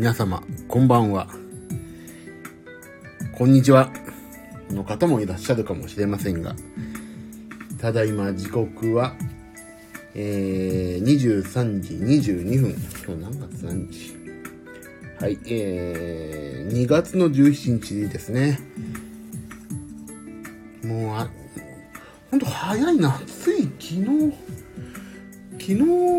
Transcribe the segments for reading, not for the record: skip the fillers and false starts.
皆様こんばんは、こんにちはの方もいらっしゃるかもしれませんが、ただいま時刻は、23時22分。今日何月何日？はい、2月の17日ですね。もうほんと早いな。つい昨日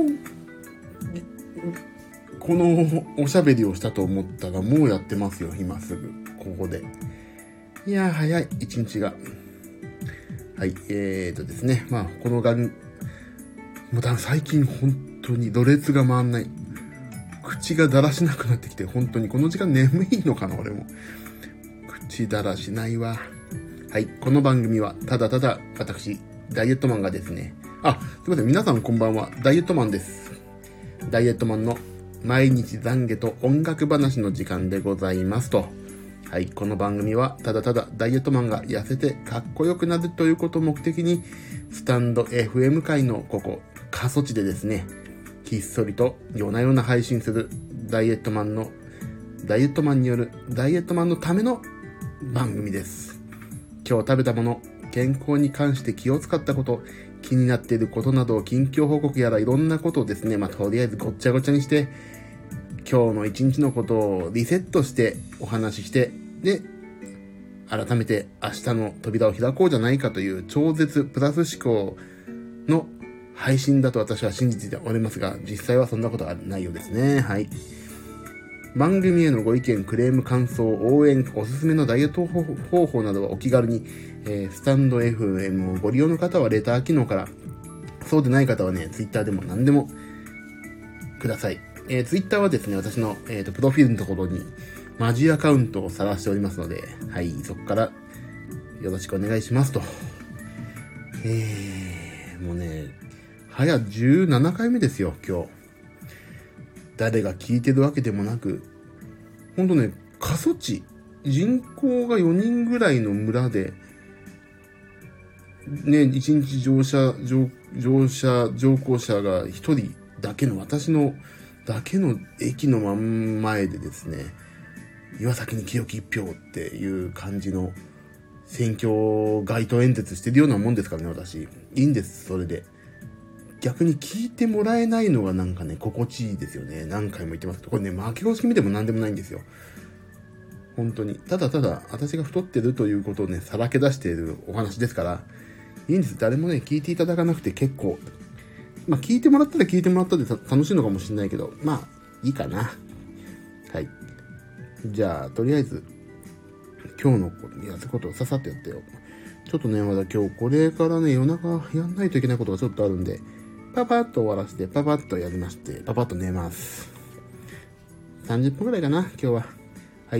このおしゃべりをしたと思ったらもうやってますよ、今すぐここで。いやー早い一日が。はい、ですね、まあこのもう最近本当にろれつが回んない、口がだらしなくなってきて、本当にこの時間眠いのかな。俺も口だらしないわ。はい、この番組はただただ私ダイエットマンがですね、すいません、皆さんこんばんは、ダイエットマンです。ダイエットマンの毎日懺悔と音楽話の時間でございますと。はい、この番組はただただダイエットマンが痩せてかっこよくなるということを目的に、スタンド FM 界のここ過疎地でですね、ひっそりと夜な夜な配信するダイエットマンによるダイエットマンのための番組です。今日食べたもの、健康に関して気を使ったこと、気になっていることなどを近況報告やらいろんなことをですね、とりあえずごっちゃごちゃにして、今日の一日のことをリセットしてお話しして、で、改めて明日の扉を開こうじゃないかという超絶プラス思考の配信だと私は信じておりますが、実際はそんなことはないようですね。はい。番組へのご意見、クレーム、感想、応援、おすすめのダイエット方法などはお気軽に、スタンド FM をご利用の方はレター機能から、そうでない方はね、ツイッターでも何でもください。ツイッターはですね、私の、プロフィールのところにマジアカウントを晒しておりますので、はい、そこからよろしくお願いしますと。もうね、早17回目ですよ、今日。誰が聞いてるわけでもなく、ほんとね、過疎地、人口が4人ぐらいの村で、ね、1日乗降車が1人だけの、私のだけの駅の真ん前でですね、岩崎に清き一票っていう感じの選挙街頭演説してるようなもんですからね、私。いいんです、それで。逆に聞いてもらえないのがなんかね、心地いいですよね。何回も言ってますけど、これね、負け惜しみでも何でもないんですよ。本当に。ただただ、私が太ってるということをね、さらけ出しているお話ですから、いいんです。誰もね、聞いていただかなくて結構、聞いてもらったら聞いてもらったで楽しいのかもしれないけど、いいかな。はい。じゃあ、とりあえず、今日のやることをささっとやってよ。ちょっとね、まだ今日これからね、夜中やんないといけないことがちょっとあるんで、パパッと終わらせて、パパッとやりまして、パパッと寝ます。30分くらいかな、今日は。はい。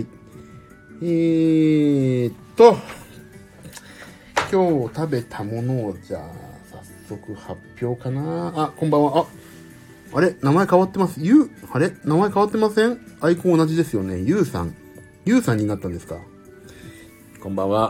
今日食べたものを、じゃあ、早速発表かな。こんばんは。あれ名前変わってます。あれ名前変わってません？アイコン同じですよね。ゆうさんになったんですか？こんばんは。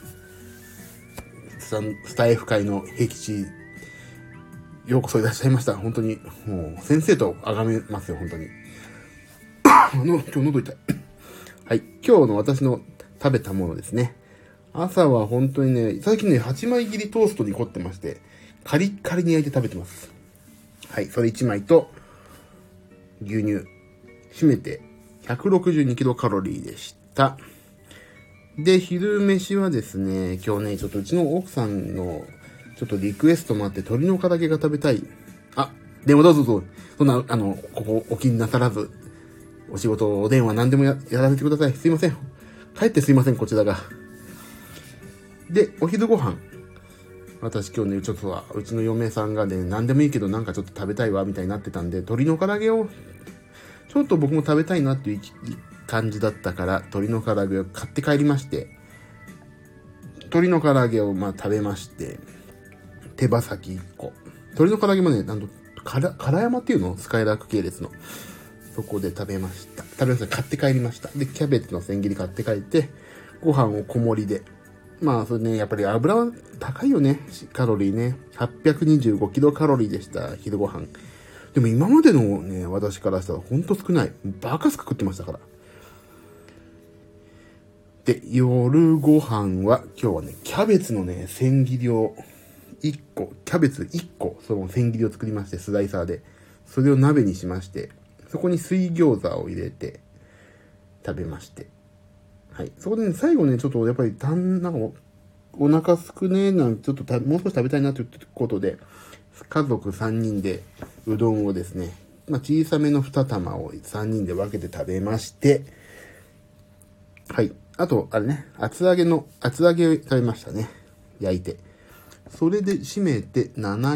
スタイフ界の僻地、ようこそいらっしゃいました。本当に、もう、先生と崇めますよ、本当に。今日喉痛い。はい。今日の私の食べたものですね。朝は本当にね、最近ね、8枚切りトーストに凝ってまして、カリッカリに焼いて食べてます。はい。それ1枚と、牛乳。締めて、162キロカロリーでした。で、昼飯はですね、今日ね、ちょっとうちの奥さんの、ちょっとリクエストもあって、鶏の唐揚げが食べたい。でもどうぞ。そんな、ここお気になさらず、お仕事、お電話何でもやらせてください。すいません。帰ってすいません、こちらが。で、お昼ご飯。私今日ね、ちょっとうちの嫁さんがね、何でもいいけどなんかちょっと食べたいわ、みたいになってたんで、鶏の唐揚げを、ちょっと僕も食べたいなっていう感じだったから、鶏の唐揚げを買って帰りまして、鶏の唐揚げを食べまして、手羽先1個。鶏の唐揚げもね、唐山っていうの？スカイラーク系列の。そこで食べました。買って帰りました。で、キャベツの千切り買って帰って、ご飯を小盛りで。それね、やっぱり油は高いよね。カロリーね。825キロカロリーでした、昼ご飯。 でも今までのね、私からしたらほんと少ない。バカすか食ってましたから。で、夜ご飯は、今日はね、キャベツのね、千切りを1個、キャベツ1個、その千切りを作りまして、スライサーで。それを鍋にしまして、そこに水餃子を入れて食べまして。はい。そこでね、最後ね、ちょっとやっぱりなんかお腹すくねなんてちょっともう少し食べたいなということで、家族3人でうどんをですね、小さめの2玉を3人で分けて食べまして、はい。あと、あれね、厚揚げを食べましたね。焼いて。それで締めて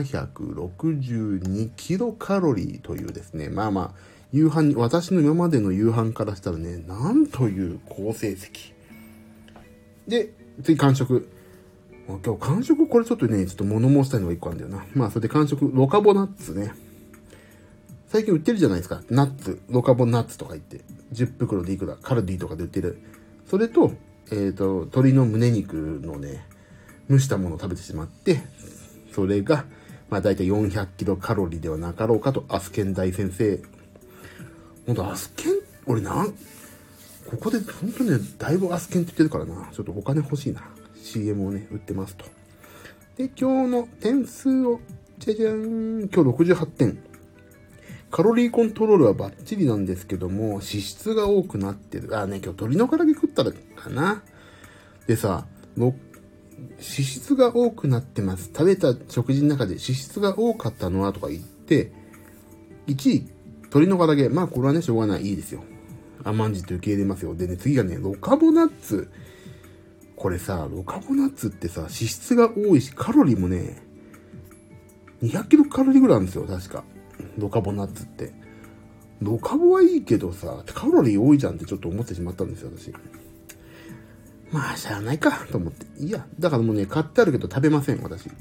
762キロカロリーというですね、夕飯に、私の今までの夕飯からしたらね、なんという好成績。で、次完食。今日完食、これちょっと物申したいのが1個あるんだよな。それで完食、ロカボナッツね。最近売ってるじゃないですか。ナッツ、ロカボナッツとか言って、10袋でいくら、カルディとかで売ってる。それと、鶏の胸肉のね、蒸したものを食べてしまって、それが、だいたい400キロカロリーではなかろうかと、アスケン大先生。ほんと、アスケン、ここでほんとね、だいぶアスケンって言ってるからな。ちょっとお金欲しいな。CM をね、売ってますと。で、今日の点数を、じゃじゃーん。今日68点。カロリーコントロールはバッチリなんですけども、脂質が多くなってる。今日鶏の唐揚げ食ったらかな。でさ、脂質が多くなってます。食べた食事の中で脂質が多かったのはとか言って、1位、鶏の唐揚げ。これはね、しょうがない。いいですよ。甘んじて受け入れますよ。でね、次がね、ロカボナッツ。これさ、ロカボナッツってさ、脂質が多いし、カロリーもね、200キロカロリーぐらいあるんですよ、確か。ロカボナッツって。ロカボはいいけどさ、カロリー多いじゃんってちょっと思ってしまったんですよ、私。しゃあないか、と思って。いいや。だからもうね、買ってあるけど食べません、私。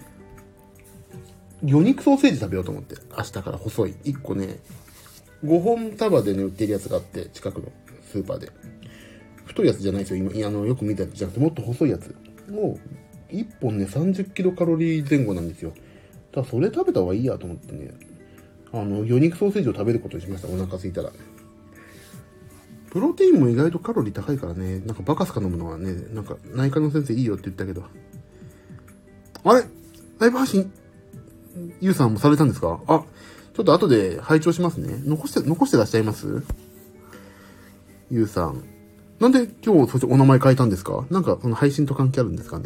魚肉ソーセージ食べようと思って。明日から細い。1個ね、5本束でね、売ってるやつがあって、近くのスーパーで。太いやつじゃないですよ、今、よく見たやつじゃなくて、もっと細いやつ。もう、1本ね、30キロカロリー前後なんですよ。だからそれ食べた方がいいやと思ってね、魚肉ソーセージを食べることにしました、お腹空いたら。プロテインも意外とカロリー高いからね、バカスカ飲むのはね、内科の先生いいよって言ったけど。あれライブ配信、ゆうさんもされたんですか？ちょっと後で拝聴しますね。残してらっしゃいます？ゆうさん。なんで今日そしてお名前変えたんですか？その配信と関係あるんですかね？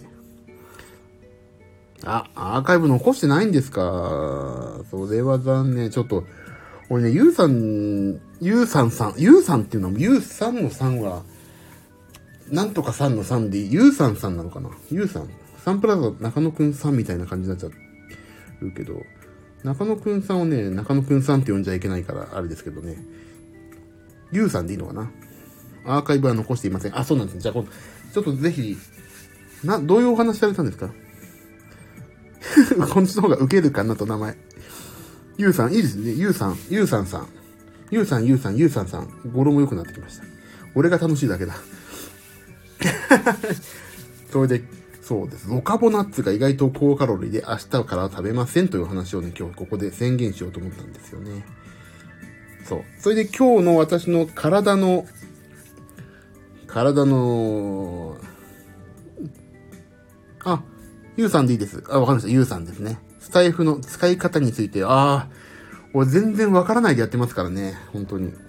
アーカイブ残してないんですか？それは残念。ちょっと、俺ね、ゆうさんっていうのは、ゆうさんの3は、なんとかさんの3で、ゆうさんさんなのかな？ゆうさん。サンプラザ中野くんさんみたいな感じになっちゃうけど、中野くんさんをね、中野くんさんって呼んじゃいけないから、あれですけどね。ゆうさんでいいのかな？アーカイブは残していません。そうなんですね。じゃあ、ちょっとぜひ、どういうお話されたんですか？こっちの方がウケるかなと名前。ゆうさん、いいですね。ゆうさんさん。語呂も良くなってきました。俺が楽しいだけだ。それで、そうです。ロカボナッツが意外と高カロリーで明日からは食べませんという話をね、今日ここで宣言しようと思ったんですよね。そう。それで今日の私の体の、ゆうさんでいいです。わかりました。ゆうさんですね。スタイフの使い方について、俺全然わからないでやってますからね。本当に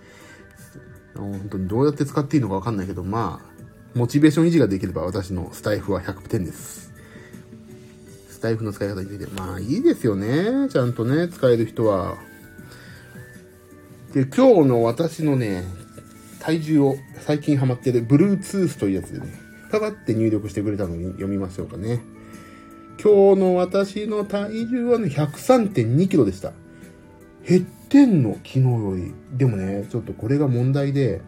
どうやって使っていいのかわかんないけど、モチベーション維持ができれば私のスタイフは100点です。スタイフの使い方について。いいですよね。ちゃんとね、使える人は。で、今日の私のね、体重を最近ハマってる Bluetooth というやつでね、パパって入力してくれたのに読みましょうかね。今日の私の体重はね、103.2 キロでした。減ってんの、昨日より。でもね、ちょっとこれが問題で、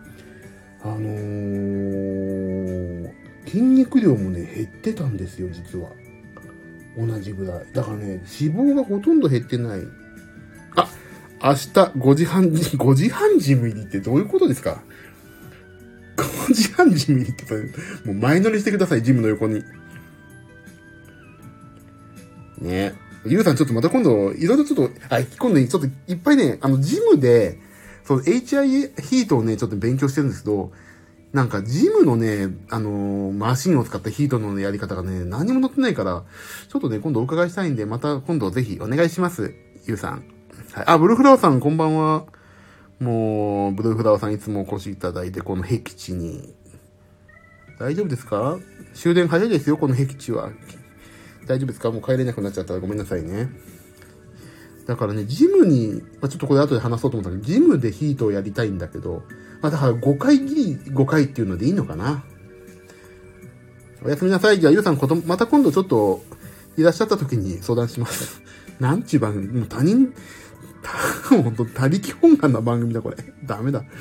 筋肉量もね、減ってたんですよ、実は。同じぐらい。だからね、脂肪がほとんど減ってない。明日5時半ジム入りってどういうことですか？ 5 時半ジム入りってもう前乗りしてください、ジムの横に。ね。 ゆうさんちょっとまた今度、いろいろちょっと、今度ちょっといっぱいね、ジムで、その HI ヒートをね、ちょっと勉強してるんですけど、なんかジムのね、マシンを使ったヒートのやり方がね、何も載ってないから、ちょっとね、今度お伺いしたいんで、また今度ぜひお願いします。ゆうさん。はい。ブルーフラワーさんこんばんは。もう、ブルーフラワーさんいつもお越しいただいて、この僻地に。大丈夫ですか？終電早いですよ、この僻地は。大丈夫ですか？もう帰れなくなっちゃったらごめんなさいね。だからね、ジムに、ちょっとこれ後で話そうと思ったけど、ジムでヒートをやりたいんだけど、だから5回っていうのでいいのかな。おやすみなさい。じゃあ、ゆうさんまた今度ちょっと、いらっしゃった時に相談します。なんちゅう番組、もうほんと、他力本願な番組だ、これ。ダメだ。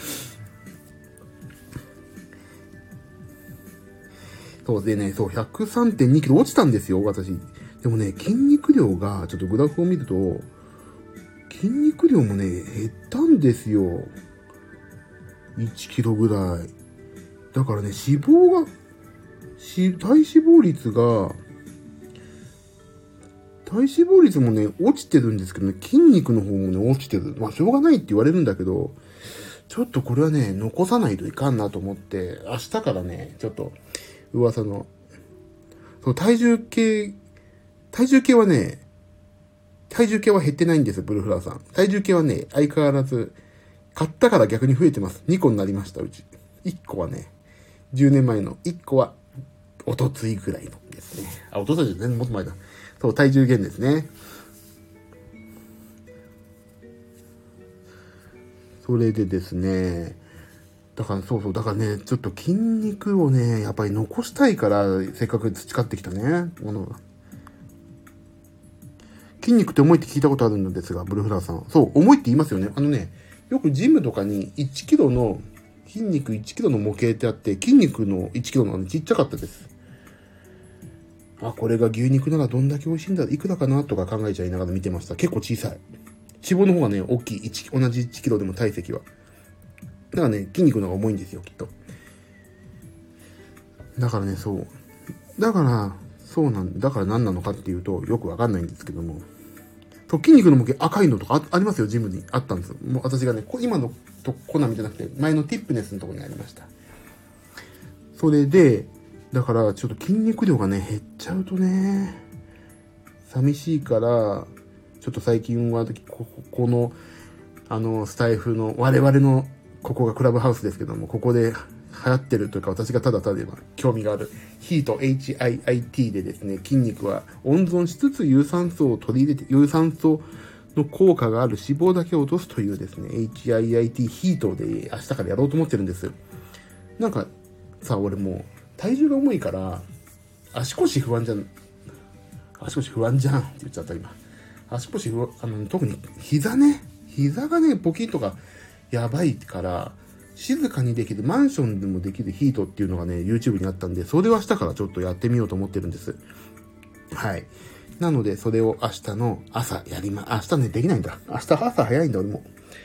そうでね、103.2 キロ落ちたんですよ、私。でもね、筋肉量が、ちょっとグラフを見ると、筋肉量もね、減ったんですよ。1キロぐらい。だからね、体脂肪率もね、落ちてるんですけどね、筋肉の方もね、落ちてる。しょうがないって言われるんだけど、ちょっとこれはね、残さないといかんなと思って、明日からね、ちょっと、噂の、体重計は減ってないんですよ、ブルーフラワーさん。体重計はね、相変わらず、買ったから逆に増えてます。2個になりました、うち。1個はね、10年前の、1個は、おとついぐらいのですね。おとついじゃ全然もっと前だ。そう、体重減ですね。それでですね、だからね、ちょっと筋肉をね、やっぱり残したいから、せっかく培ってきたね、ものが。筋肉って重いって聞いたことあるんですが、ブルーフラワーさん。そう、重いって言いますよね。よくジムとかに1キロの、筋肉1キロの模型ってあって、筋肉の1キロのちっちゃかったです。これが牛肉ならどんだけ美味しいんだ、いくらかなとか考えちゃいながら見てました。結構小さい。脂肪の方がね、大きい。同じ1キロでも体積は。だからね、筋肉の方が重いんですよ、きっと。だからね、そう。だから何なのかっていうと、よくわかんないんですけども。筋肉の模型赤いのとかありますよ、ジムに。あったんですよ。もう私がね、今のコナミじゃなくて、前のティップネスのところにありました。それで、だからちょっと筋肉量がね、減っちゃうとね、寂しいから、ちょっと最近は、この、スタイフの、我々の、ここがクラブハウスですけども、ここで流行ってるというか、私がただ興味がある、ヒート HIIT でですね、筋肉は温存しつつ有酸素を取り入れて、有酸素の効果がある脂肪だけを落とすというですね、HIIT ヒートで明日からやろうと思ってるんです。なんか、俺もう、体重が重いから、足腰不安じゃんって言っちゃった今。特に膝がね、ポキッとかやばいから、静かにできる、マンションでもできるヒートっていうのがね、YouTube にあったんで、それを明日からちょっとやってみようと思ってるんです。はい。なので、それを明日の朝明日ね、できないんだ。明日朝早いんだ、俺も。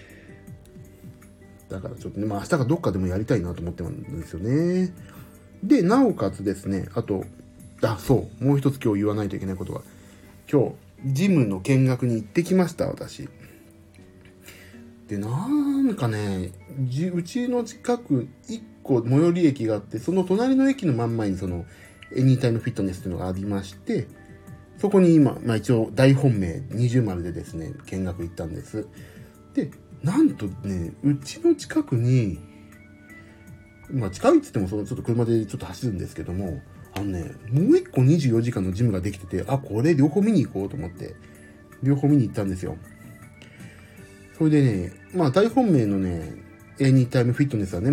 だからちょっとね、明日がどっかでもやりたいなと思ってるんですよね。で、なおかつですね、あと、もう一つ今日言わないといけないことは、今日、ジムの見学に行ってきました、私。で、なんかね、うちの近く、一個最寄り駅があって、その隣の駅の真ん前にエニータイムフィットネスっていうのがありまして、そこに今、一応大本命20丸でですね、見学行ったんです。で、なんとね、うちの近くに、近いって言ってもちょっと車でちょっと走るんですけども、もう一個24時間のジムができてて、これ両方見に行こうと思って、両方見に行ったんですよ。それでね、大本命のね、エニータイムフィットネスはね、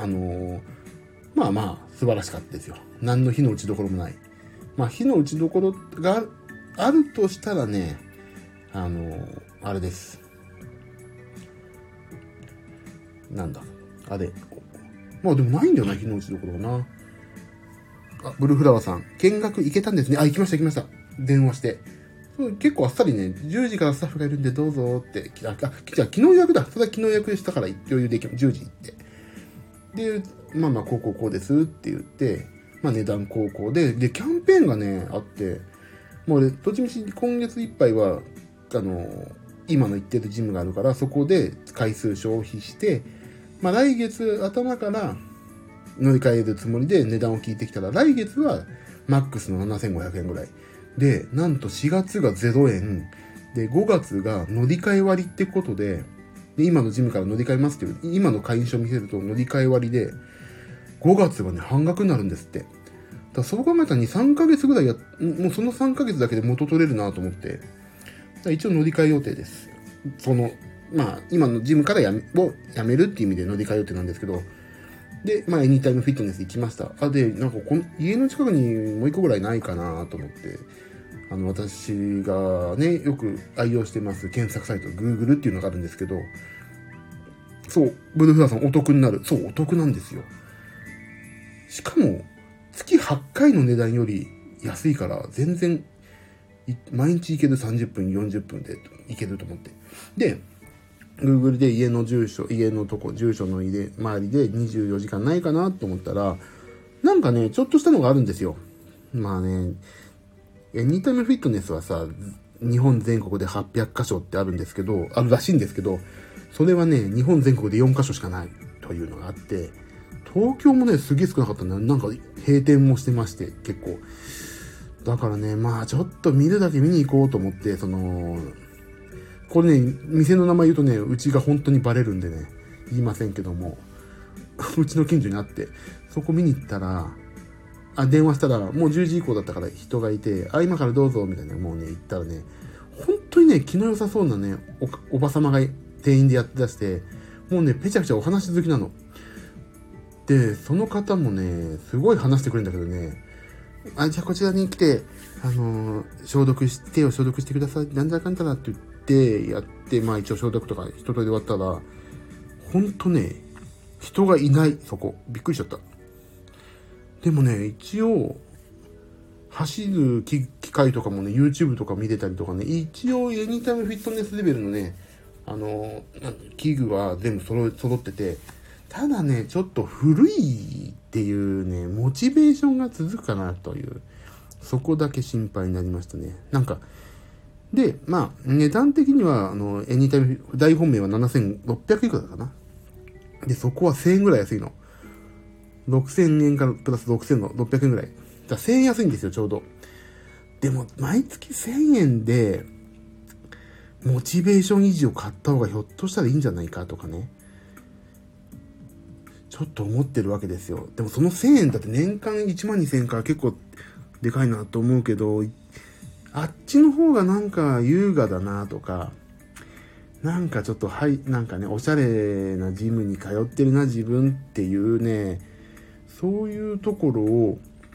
素晴らしかったですよ。何の火の打ちどころもない。火の打ちどころがあるとしたらね、あれです。なんだ。でもないんだよな、火の打ちどころがな。ブルーフラワーさん、見学行けたんですね。行きました。電話して。結構あっさりね、10時からスタッフがいるんでどうぞって、昨日予約だ。それは昨日予約したから余裕で10時行って。で、こうですって言って、値段高校で、キャンペーンがね、あって、 もう俺、どっちみち今月いっぱいは、今の行ってるジムがあるから、そこで回数消費して、まあ来月頭から乗り換えるつもりで値段を聞いてきたら、来月はマックスの7500円ぐらい。で、なんと4月が0円。で、5月が乗り換え割ってことで、今のジムから乗り換えますっていう、今の会員証見せると乗り換え割で、5月がね、半額になるんですって。だからそう考えたら2、3ヶ月ぐらいもうその3ヶ月だけで元取れるなと思って、一応乗り換え予定です。まあ、今のジムからやめるっていう意味で乗り換え予定なんですけど、で、まあ、エニタイムフィットネス行きました。で、なんか家の近くにもう一個ぐらいないかなと思って、私がね、よく愛用してます検索サイト、Google っていうのがあるんですけど、そう、ブルーフラーさんお得になる。そう、お得なんですよ。しかも、月8回の値段より安いから、全然、毎日行ける30分、40分で行けると思って。で、Google で家の住所の周りで24時間ないかなと思ったら、なんかね、ちょっとしたのがあるんですよ。まあね、エニタイムフィットネスはさ、日本全国で800カ所ってあるらしいんですけど、それはね、日本全国で4カ所しかないというのがあって、東京もね、すげえ少なかったんだ。なんか閉店もしてまして、結構。だからね、まあちょっと見るだけ見に行こうと思って、これね、店の名前言うとね、うちが本当にバレるんでね、言いませんけども、うちの近所にあって、そこ見に行ったら、電話したら、もう10時以降だったから人がいて、今からどうぞ、みたいな、もうね、行ったらね、本当にね、気の良さそうなね、おばさまが店員でやって出して、もうね、ぺちゃくちゃお話好きなの。で、その方もね、すごい話してくれるんだけどね、じゃあこちらに来て、消毒してください。なんだかんだなって言ってやって、まあ一応消毒とか一通りで終わったら、ほんとね、人がいない、そこ。びっくりしちゃった。でもね、一応、走る機械とかもね、YouTube とか見てたりとかね、一応エニタイムフィットネスレベルのね、器具は全部揃ってて、ただね、ちょっと古いっていうね、モチベーションが続くかなという、そこだけ心配になりましたね。なんか、で、まあ、値段的には、エニタイム、大本命は7600いくらかな。で、そこは1000円ぐらい安いの。6000円からプラス6000の600円ぐらい。だから1000円安いんですよ、ちょうど。でも、毎月1000円で、モチベーション維持を買った方がひょっとしたらいいんじゃないかとかね。ちょっと思ってるわけですよ。でもその1000円だって年間1万2000円から結構でかいなと思うけど、あっちの方がなんか優雅だなとか、なんかちょっとなんかね、おしゃれなジムに通ってるな自分っていうね、そういうところを、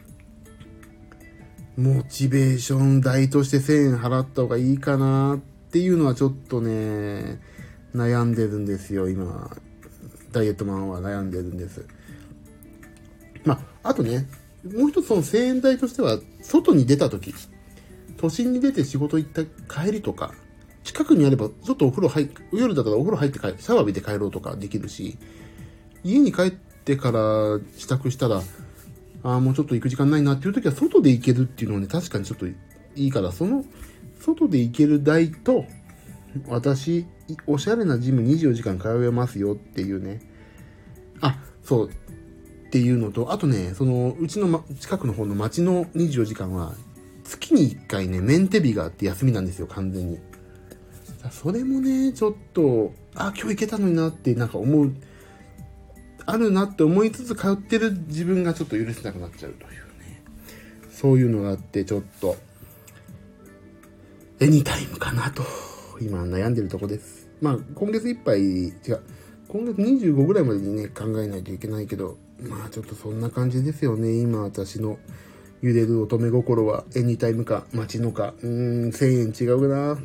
モチベーション代として1000円払った方がいいかなっていうのはちょっとね、悩んでるんですよ、今。ダイエットマンは悩んでるんです。まあ、あとね、もう一つその1000円代としては、外に出た時、都心に出て仕事行った帰りとか、近くにあれば、ちょっと夜だったらお風呂入ってシャワー浴びて帰ろうとかできるし、家に帰ってから支度したら、もうちょっと行く時間ないなっていう時は外で行けるっていうのはね、確かにちょっといいから、その、外で行ける代と、私、おしゃれなジム24時間通えますよっていうね。そう。っていうのと、あとね、うちの、近くの方の街の24時間は、月に1回ね、メンテ日があって休みなんですよ、完全に。それもね、ちょっと、今日行けたのになってなんかあるなって思いつつ通ってる自分がちょっと許せなくなっちゃうというね。そういうのがあって、ちょっと、エニタイムかなと、今悩んでるとこです。まあ、今月25ぐらいまでにね、考えないといけないけど、まあちょっとそんな感じですよね。今私の揺れる乙女心はエニタイムか街のか、1000円違うなって。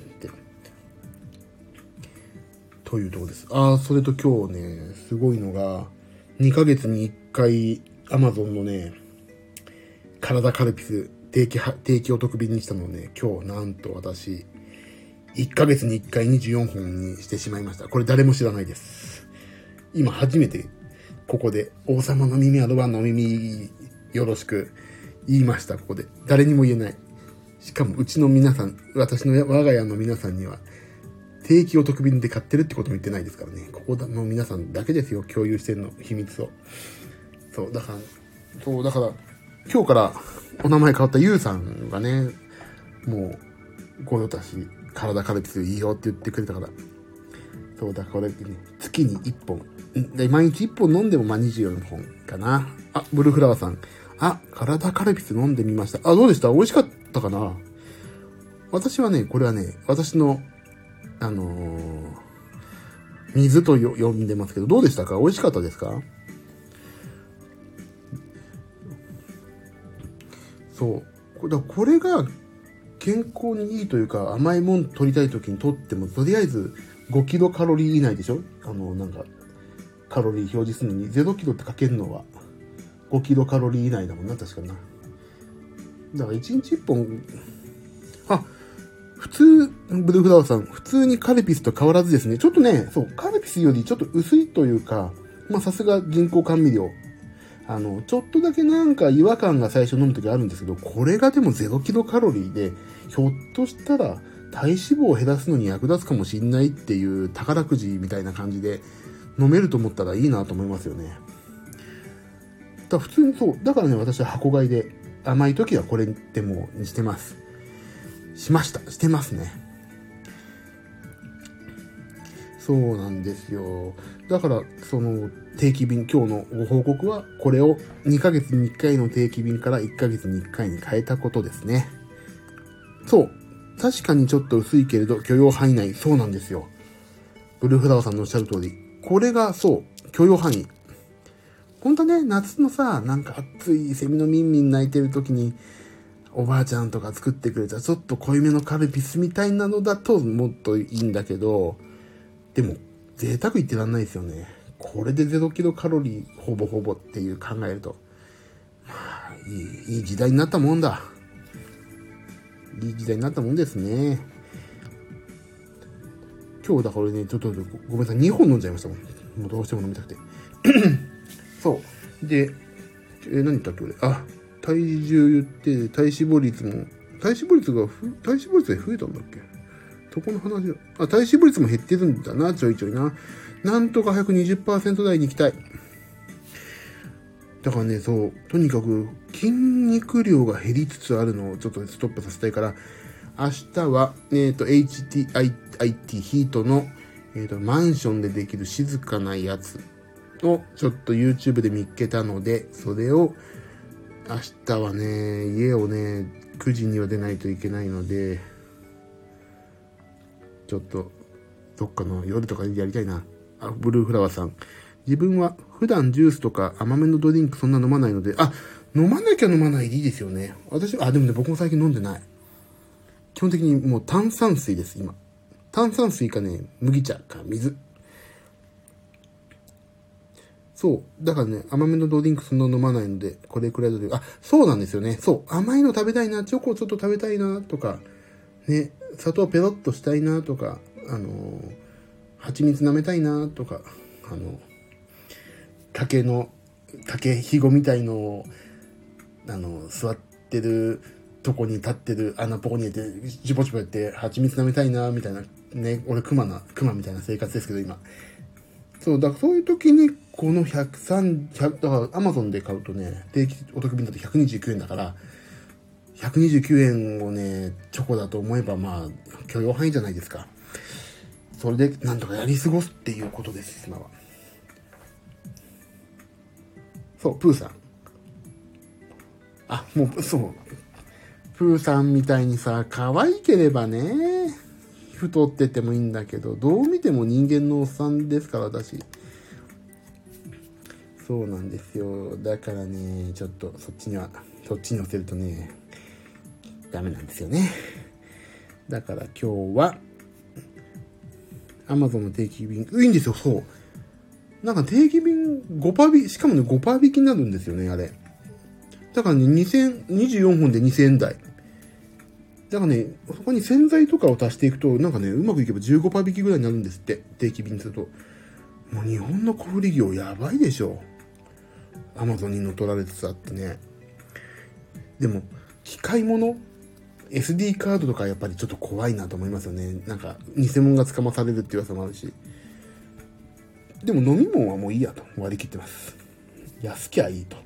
というところです。それと今日ね、すごいのが、2ヶ月に1回、Amazon のね、体カルピス定期お得便にしたのをね、今日なんと私、1ヶ月に1回24本にしてしまいました。これ誰も知らないです。今初めて、ここで、王様の耳はロバンの耳よろしく言いました、ここで。誰にも言えない。 しかもうちの皆さん、私の我が家の皆さんには、定期お得便で買ってるってことも言ってないですからね。ここの皆さんだけですよ、共有してるの、秘密を。だから、今日からお名前変わったゆうさんがね、もう、ご用達、体カルピスいいよって言ってくれたから。だからこれね、月に1本。で、毎日1本飲んでも24本かな。あ、ブルーフラワーさん。体カルピス飲んでみました。どうでした？美味しかったかな？私はね、これはね、私の、水と呼んでますけど、どうでしたか？美味しかったですか？これが健康にいいというか、甘いもん取りたい時に取っても、とりあえず5キロカロリー以内でしょ？カロリー表示するのに0キロって書けるのは5キロカロリー以内だもんな、確かな。だから1日1本、普通、ブルーフラワーさん、普通にカルピスと変わらずですね。ちょっとね、カルピスよりちょっと薄いというか、さすが人工甘味料。ちょっとだけ違和感が最初飲むときあるんですけど、これがでも0キロカロリーで、ひょっとしたら体脂肪を減らすのに役立つかもしんないっていう宝くじみたいな感じで飲めると思ったらいいなと思いますよね。普通にだからね、私は箱買いで甘いときはこれでもうにしてます。してますね。そうなんですよ。だから、定期便、今日のご報告は、これを2ヶ月に1回の定期便から1ヶ月に1回に変えたことですね。確かにちょっと薄いけれど、許容範囲内。そうなんですよ。ブルーフラワーさんのおっしゃる通り。これが、許容範囲。ほんとね、夏のさ、暑いセミのミンミン鳴いてる時に、おばあちゃんとか作ってくれたちょっと濃いめのカルピスみたいなのだともっといいんだけど、でも贅沢言ってらんないですよね。これで0キロカロリーほぼほぼっていう考えると、いい時代になったもんだ。いい時代になったもんですね。今日だからね、ちょっとごめんなさい、2本飲んじゃいましたもん。もうどうしても飲みたくて。で、何言ったっけ俺。体重言って、体脂肪率で増えたんだっけ？そこの話は、体脂肪率も減ってるんだな、ちょいちょいな。なんとか早く 20% 台に行きたい。だからね、とにかく筋肉量が減りつつあるのをちょっとストップさせたいから、明日は、HTIT ヒートの、マンションでできる静かなやつをちょっと YouTube で見っけたので、それを明日はね、家をね、9時には出ないといけないので、ちょっと、どっかの夜とかでやりたいな。ブルーフラワーさん。自分は普段ジュースとか甘めのドリンクそんな飲まないので、飲まなきゃ飲まないでいいですよね。でもね、僕も最近飲んでない。基本的にもう炭酸水です、今。炭酸水かね、麦茶か水。だからね、甘めのドリンクそんな飲まないので、これくらいで、そうなんですよね。甘いの食べたいな、チョコちょっと食べたいな、とか、ね、砂糖ペロッとしたいな、とか、蜂蜜舐めたいな、とか、竹ひごみたいのを、座ってるとこに立ってる穴ポコに入れて、チュポチュポやって、蜂蜜舐めたいな、みたいな、ね、俺熊みたいな生活ですけど、今。だからそういう時に、このだから Amazon で買うとね、定期お得便だと129円だから、129円をね、チョコだと思えば許容範囲じゃないですか。それでなんとかやり過ごすっていうことです、今は。プーさん。プーさんみたいにさ、可愛ければね、太っててもいいんだけど、どう見ても人間のおっさんですから、私。そうなんですよ。だからね、ちょっとそっちに寄せるとね、ダメなんですよね。だから今日は、Amazon の定期便、いいんですよ、定期便5%引き、しかもね、5% 引きになるんですよね、あれ。だからね、24本で2000円台。だからね、そこに洗剤とかを足していくと、うまくいけば 15% 引きぐらいになるんですって、定期便すると。もう日本の小売業やばいでしょ。Amazon に乗っ取られてさってね。でも、機械物 SD カードとかやっぱりちょっと怖いなと思いますよね。なんか偽物が捕まされるっていう噂もあるし。でも飲み物はもういいやと割り切ってます。安きゃいいと。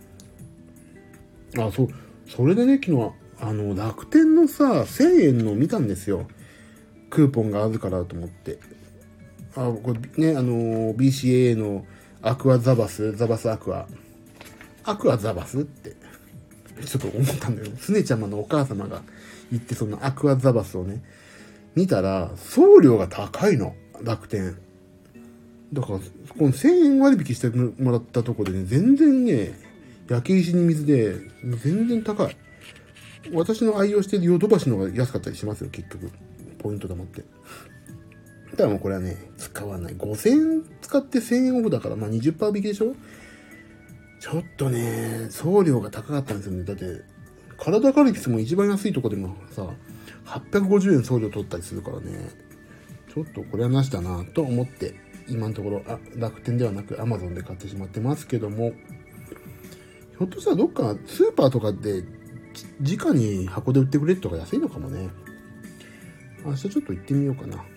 それでね、昨日楽天のさ、1000円の見たんですよ。クーポンがあるからと思って。これね、BCAA のアクアザバスアクアザバスってちょっと思ったんだよ。スネちゃまのお母様が言ってそのアクアザバスをね、見たら送料が高いの、楽天。だから、この1000円割引してもらったとこでね、全然ね、焼け石に水で、全然高い。私の愛用しているヨドバシの方が安かったりしますよ、結局。ポイント貯まって。だからもうこれはね、使わない。5000円使って1000円オフだから、まあ 20% 引きでしょ。ちょっとね、送料が高かったんですよね。だって、体カルピスも一番安いとこでもさ、850円送料取ったりするからね。ちょっとこれはなしだなと思って、今のところ、楽天ではなく Amazon で買ってしまってますけども、ひょっとしたらどっかスーパーとかで直に箱で売ってくれるとか安いのかもね。明日ちょっと行ってみようかな。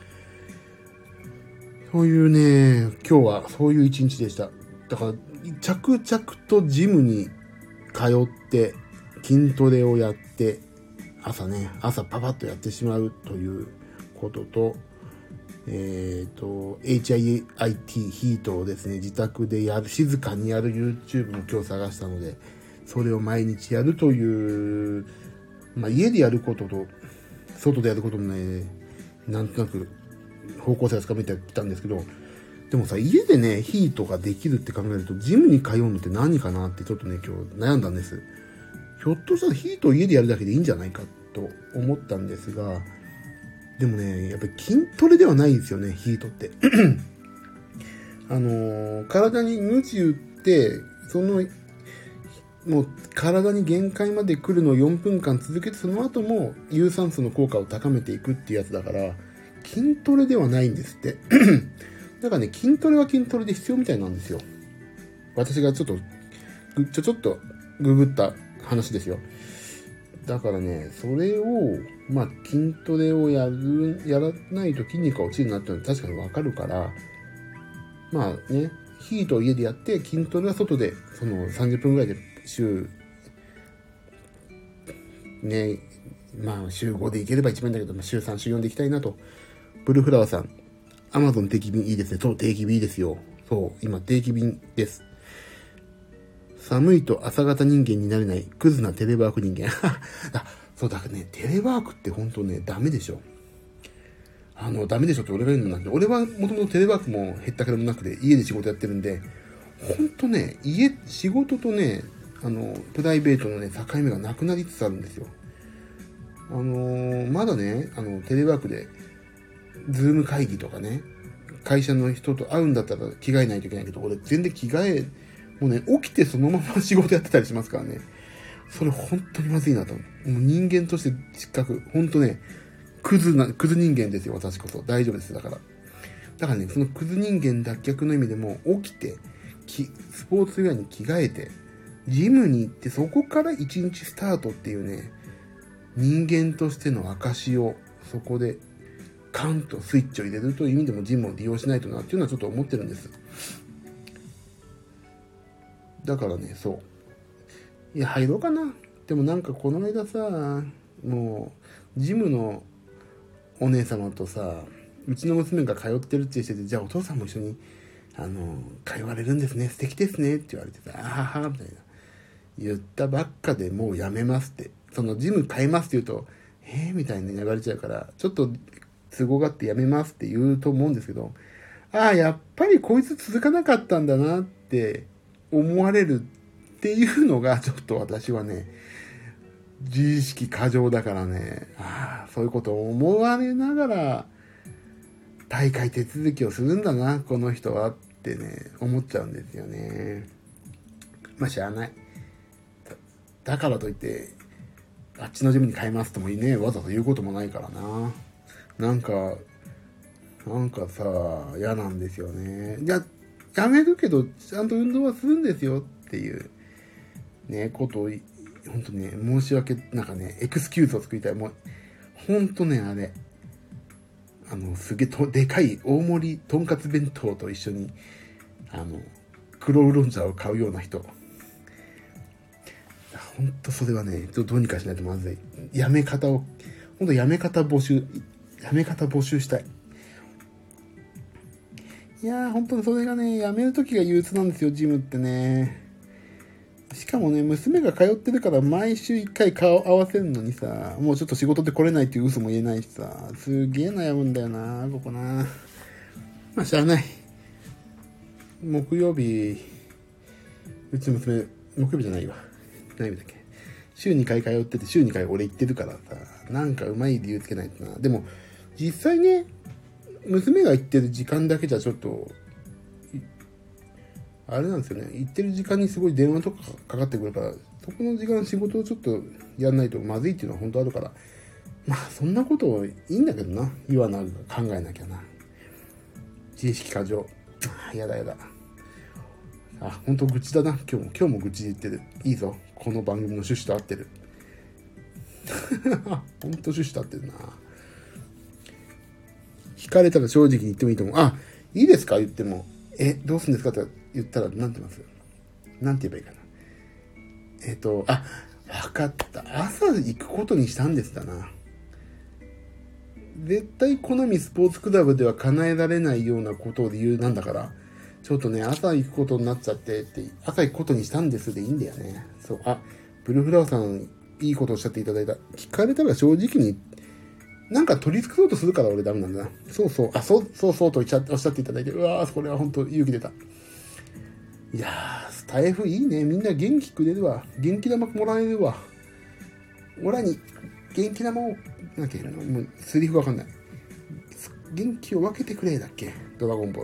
そういうね、今日はそういう一日でした。だから、着々とジムに通って筋トレをやって、朝パパッとやってしまうということと、HIIT ヒートをですね、自宅で静かにやる YouTube も今日探したので、それを毎日やるという、家でやることと、外でやることもね、なんとなく方向性がつかめてきたんですけど、でもさ、家でね、ヒートができるって考えると、ジムに通うのって何かなってちょっとね、今日悩んだんです。ひょっとしたらヒートを家でやるだけでいいんじゃないかと思ったんですが、でもね、やっぱり筋トレではないんですよね、ヒートって。体に鞭打って、もう体に限界まで来るのを4分間続けて、その後も有酸素の効果を高めていくっていうやつだから、筋トレではないんですって。だからね、筋トレは筋トレで必要みたいなんですよ。私がちょっとググった話ですよ。だからね、それを、筋トレをやらないと筋肉が落ちるなっていうのは確かにわかるから、ヒートを家でやって、筋トレは外で、その30分ぐらいで週5でいければ一番だけど、週3、週4でいきたいなと。ブルーフラワーさん、Amazon 定期便いいですね。そう、定期便いいですよ。そう、今定期便です。寒いと朝型人間になれないクズなテレワーク人間。そうだね、テレワークって本当ね、ダメでしょ。ダメでしょって俺が言うのなんで、俺はもともとテレワークも減ったくれもなくて、家で仕事やってるんで、本当ね、仕事とね、プライベートのね、境目がなくなりつつあるんですよ。まだね、テレワークで、ズーム会議とかね、会社の人と会うんだったら着替えないといけないけど、俺全然もうね、起きてそのまま仕事やってたりしますからね。それ本当にまずいなと。もう人間として失格。本当ね、クズ人間ですよ、私こそ。大丈夫です、だから。だからね、そのクズ人間脱却の意味でも、起きて、スポーツウェアに着替えて、ジムに行って、そこから一日スタートっていうね、人間としての証を、そこで、カンとスイッチを入れるという意味でもジムを利用しないとなっていうのはちょっと思ってるんです。だからね、そう。いや、入ろうかな。でもなんかこの間さ、もう、ジムのお姉様とさ、うちの娘が通ってるってしてて、じゃあお父さんも一緒に、通われるんですね。素敵ですね。って言われてさ、あはは、みたいな。言ったばっかでもうやめますって。そのジム変えますって言うと、みたいに言われちゃうから、ちょっと都合があってやめますって言うと思うんですけど、やっぱりこいつ続かなかったんだなって思われるっていうのが、ちょっと私はね、自意識過剰だからね、そういうことを思われながら、大会手続きをするんだな、この人はってね、思っちゃうんですよね。しゃあない。だからといって、あっちのジムに変えますともね、わざと言うこともないからな。なんかさ、嫌なんですよね。やめるけど、ちゃんと運動はするんですよっていう、ね、ことを本当ね、申し訳、なんかね、エクスキューズを作りたい。もう、本当ね、あれ、すげえでかい大盛りとんかつ弁当と一緒に、黒ウーロン茶を買うような人。本当それはね、どうにかしないとまずい。やめ方募集したい。いやー、本当にそれがね、やめるときが憂鬱なんですよ、ジムってね。しかもね、娘が通ってるから毎週1回顔合わせるのにさ、もうちょっと仕事で来れないっていう嘘も言えないしさ、すげえ悩むんだよな、ここな。まあ、しゃあない。木曜日、うち娘、木曜日じゃないわ。何日だっけ。週2回通ってて、週2回俺行ってるからさ、なんかうまい理由つけないとな。でも、実際ね、娘が行ってる時間だけじゃちょっと、あれなんですよね。行ってる時間にすごい電話とかかかってくるから、そこの時間仕事をちょっとやんないとまずいっていうのは本当あるから、まあそんなこといいんだけどな。言わな考えなきゃな。自意識過剰。やだ。本当愚痴だな。今日も愚痴で言ってる。いいぞ。この番組の趣旨と合ってる。本当趣旨と合ってるな。聞かれたら正直に言ってもいいと思う。あ、いいですか言っても。どうするんですかって言ったら、なんて言いますなんて言えばいいかな。わかった。朝行くことにしたんですだな。絶対好みスポーツクラブでは叶えられないようなことを理由なんだから、ちょっとね、朝行くことになっちゃってって、朝行くことにしたんですでいいんだよね。そう、ブルーフラワーさん、いいことをおっしゃっていただいた。聞かれたら正直に、なんか取り繕おうとするから俺ダメなんだな。そうとおっしゃっていただいて、うわー、これは本当勇気出た。いやー、スタイフいいね。みんな元気くれるわ。元気玉もらえるわ。オラに元気玉を、なんだっけ、もうセリフわかんない。元気を分けてくれだっけ、ドラゴンボー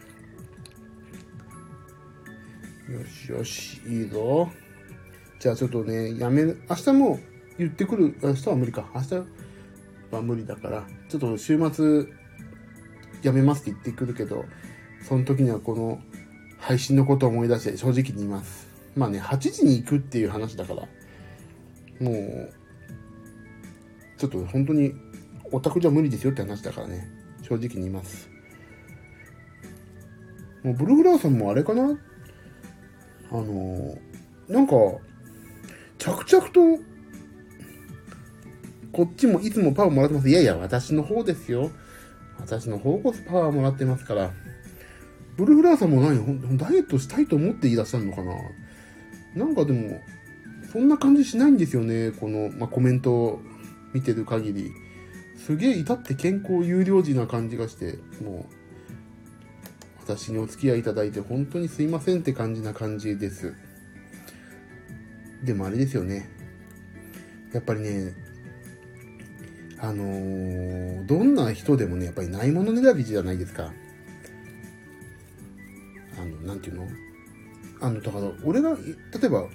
ル。よし、いいぞ。じゃあちょっとね、明日も言ってくる。明日は無理か。明日は無理だから、ちょっと週末やめますって言ってくるけど、その時にはこの配信のことを思い出して正直に言います。まあね、8時に行くっていう話だから、もう、ちょっと本当にオタクじゃ無理ですよって話だからね、正直に言います。もうブルーフラワーさんもあれかな、なんか、着々と、こっちもいつもパワーもらってます。いやいや、私の方ですよ。私の方こそパワーもらってますから。ブルーフラワーさんもダイエットしたいと思っていらっしゃるのかな。なんかでも、そんな感じしないんですよね。この、コメントを見てる限り。すげえ至って健康有料児な感じがして、もう、私にお付き合いいただいて本当にすいませんって感じな感じです。でもあれですよね。やっぱりね、どんな人でもね、やっぱりないものねだりじゃないですか。なんていうの？だから、俺が、例えば、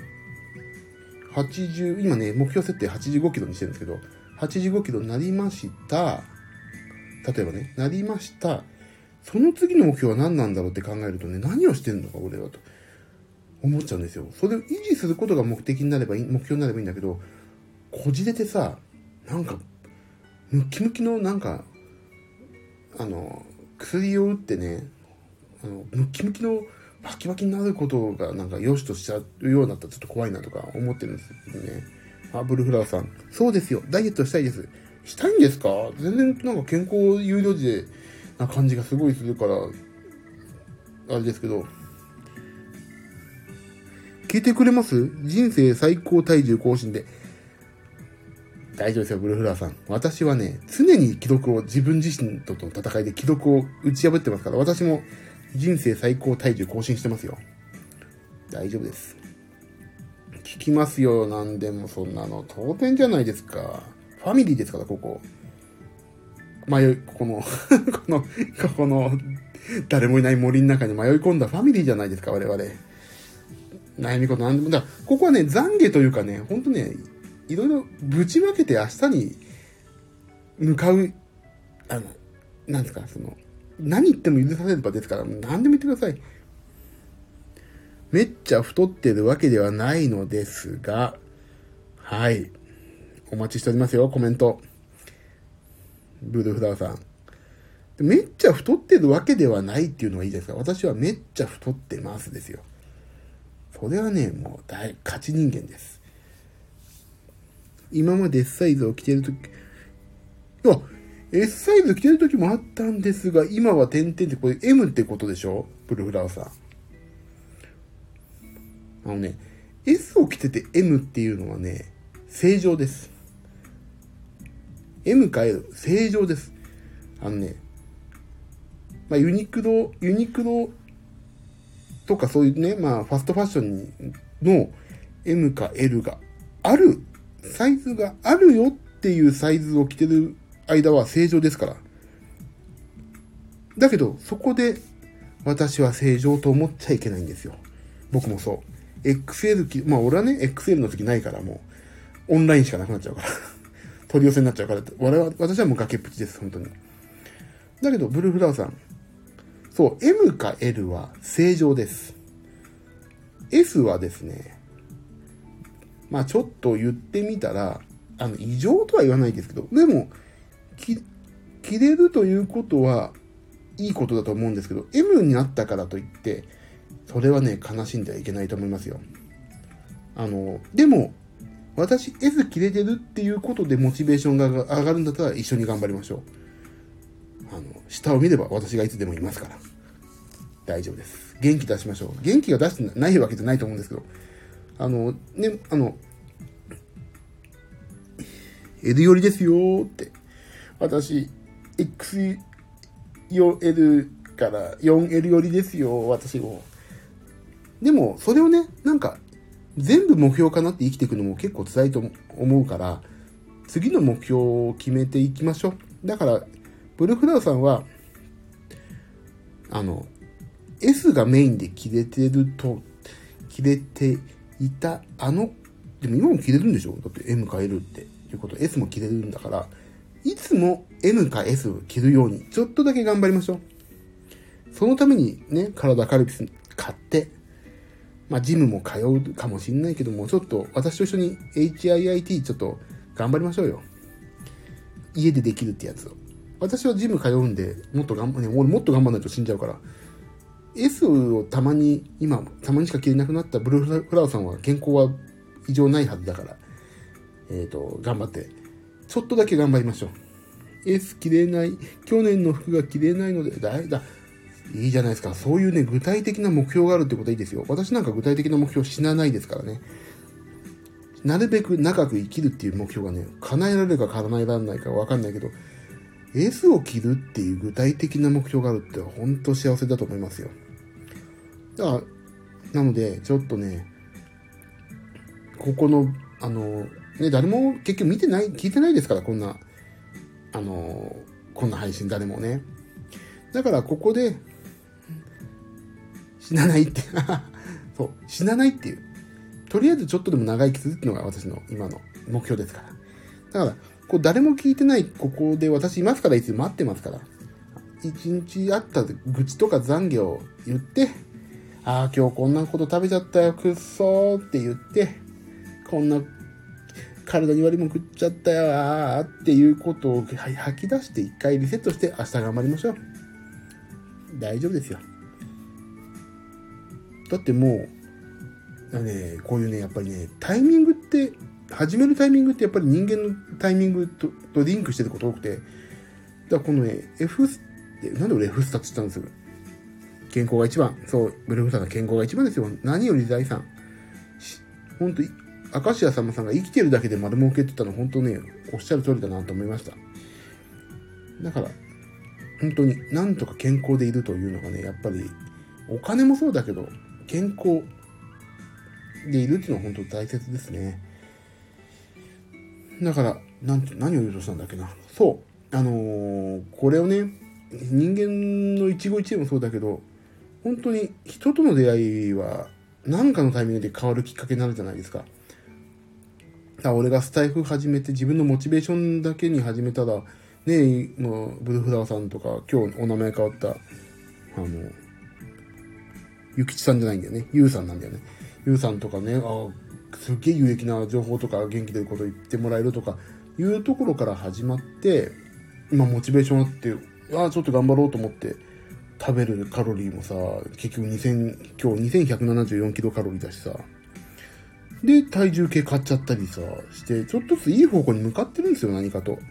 今ね、目標設定85キロにしてるんですけど、85キロになりました。例えばね、なりました。その次の目標は何なんだろうって考えるとね、何をしてるのか、俺はと思っちゃうんですよ。それを維持することが目標になればいいんだけど、こじれてさ、なんか、ムキムキのなんか、薬を打ってね、ムキムキのバキバキになることがなんか良しとしちゃうようになったらちょっと怖いなとか思ってるんですよね。ブルーフラワーさん。そうですよ。ダイエットしたいです。したいんですか？全然なんか健康有料児でな感じがすごいするから、あれですけど。聞いてくれます？人生最高体重更新で。大丈夫ですよ、ブルーフラワーさん。私はね、常に記録を、自分自身との戦いで記録を打ち破ってますから、私も人生最高体重更新してますよ。大丈夫です。聞きますよ、何でもそんなの。当然じゃないですか。ファミリーですから、ここ。この、誰もいない森の中に迷い込んだファミリーじゃないですか、我々。悩み事なんでも。だから、ここはね、懺悔というかね、ほんとね、いろいろぶちまけて明日に向かう、なんですか、何言っても許される場ですから、何でも言ってください。めっちゃ太ってるわけではないのですが、 はい。お待ちしておりますよ、コメント。ブルーフラワーさん。めっちゃ太ってるわけではないっていうのがいいですか。私はめっちゃ太ってますですよ。それはね、もう勝ち人間です。今まで S サイズを着てるとき、S サイズ着てるときもあったんですが、今は点々ってこれ M ってことでしょ、ブルーフラワーさん。S を着てて M っていうのはね、正常です。M か L、正常です。ユニクロとかそういうね、ファストファッションの M か L がある、サイズがあるよっていうサイズを着てる間は正常ですから。だけど、そこで私は正常と思っちゃいけないんですよ。僕もそう。XL 俺はね、XL の時ないからもう、オンラインしかなくなっちゃうから。取り寄せになっちゃうから、私はもう崖っぷちです、本当に。だけど、ブルーフラワーさん、そう、M か L は正常です。S はですね、ちょっと言ってみたら、異常とは言わないですけど、でも、着れるということは、いいことだと思うんですけど、M になったからといって、それはね、悲しんではいけないと思いますよ。でも、私 S 着れてるっていうことでモチベーションが上がるんだったら一緒に頑張りましょう。下を見れば私がいつでもいますから。大丈夫です。元気出しましょう。元気が出してないわけじゃないと思うんですけど、L 寄りですよーって。私、X よ L から 4L 寄りですよ、私も。でも、それをね、全部目標かなって生きていくのも結構辛いと思うから、次の目標を決めていきましょう。だから、ブルーフラワーさんは、S がメインで着れていた、でも今も着れるんでしょ？だって M か L っていうこと、S も着れるんだから、いつも M か S を着るように、ちょっとだけ頑張りましょう。そのためにね、体カルピス買って、ジムも通うかもしんないけども、ちょっと私と一緒に HIIT ちょっと頑張りましょうよ。家でできるってやつを。私はジム通うんで、俺もっと頑張らないと死んじゃうから。S をたまにしか着れなくなったブルーフラワーさんは健康は異常ないはずだから、頑張って、ちょっとだけ頑張りましょう。S 着れない、去年の服が着れないので、いいじゃないですか。そういうね、具体的な目標があるってことはいいですよ。私なんか具体的な目標死なないですからね。なるべく長く生きるっていう目標がね、叶えられるか叶えられないかわかんないけど、S を着るっていう具体的な目標があるって本当幸せだと思いますよ。だから、なので、ちょっとね、ここの、誰も結局聞いてないですから、こんな配信誰もね。だからここで、死なないってそう、死なないっていう。とりあえずちょっとでも長生きするっていうのが私の今の目標ですから。だから、誰も聞いてない、ここで私いますから、いつも待ってますから。一日あった愚痴とか懺悔を言って、今日こんなこと食べちゃったよ、くっそーって言って、こんな体に悪いもん食っちゃったよっていうことを吐き出して一回リセットして明日頑張りましょう。大丈夫ですよ。だってもう、こういうね、やっぱりね、始めるタイミングってやっぱり人間のタイミングとリンクしてること多くて、だからこのね、なんで俺 F スタって言ったんですよ。健康が一番。そう、ブルーフさんが健康が一番ですよ。何より財産。本当に、明石家さんまさんが生きてるだけで丸儲けって言ったの本当ね、おっしゃる通りだなと思いました。だから、本当になんとか健康でいるというのがね、やっぱりお金もそうだけど、健康でいるっていうのは本当大切ですね。だから、何を言うとしたんだっけな。そう。これをね、人間の一期一会もそうだけど、本当に人との出会いは何かのタイミングで変わるきっかけになるじゃないですか。俺がスタイフ始めて自分のモチベーションだけに始めたら、ね、もうブルーフラワーさんとか、今日お名前変わった、ゆきちさんじゃないんだよね。ゆうさんなんだよね。ゆうさんとかね、 すっげえ有益な情報とか元気出ることを言ってもらえるとかいうところから始まって、今モチベーションあって、ちょっと頑張ろうと思って食べるカロリーもさ、結局今日2174キロカロリーだしさ、で、体重計買っちゃったりさ、して、ちょっとずついい方向に向かってるんですよ、何かと。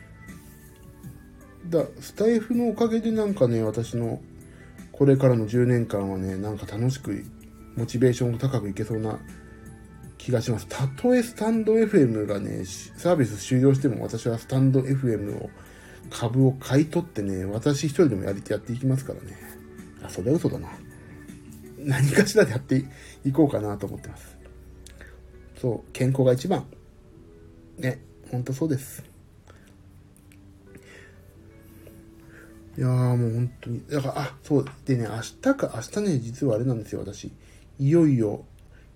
スタイフのおかげでなんかね、私のこれからの10年間はね、なんか楽しく、モチベーションが高くいけそうな気がします。たとえスタンド FM がね、サービス終了しても私はスタンド FM を株を買い取ってね、私一人でもやっていきますからね。それは嘘だな。何かしらでやっていこうかなと思ってます。そう、健康が一番。ね、ほんとそうです。いやーもう本当に。だから、そう。でね、明日ね、実はあれなんですよ、私。いよいよ、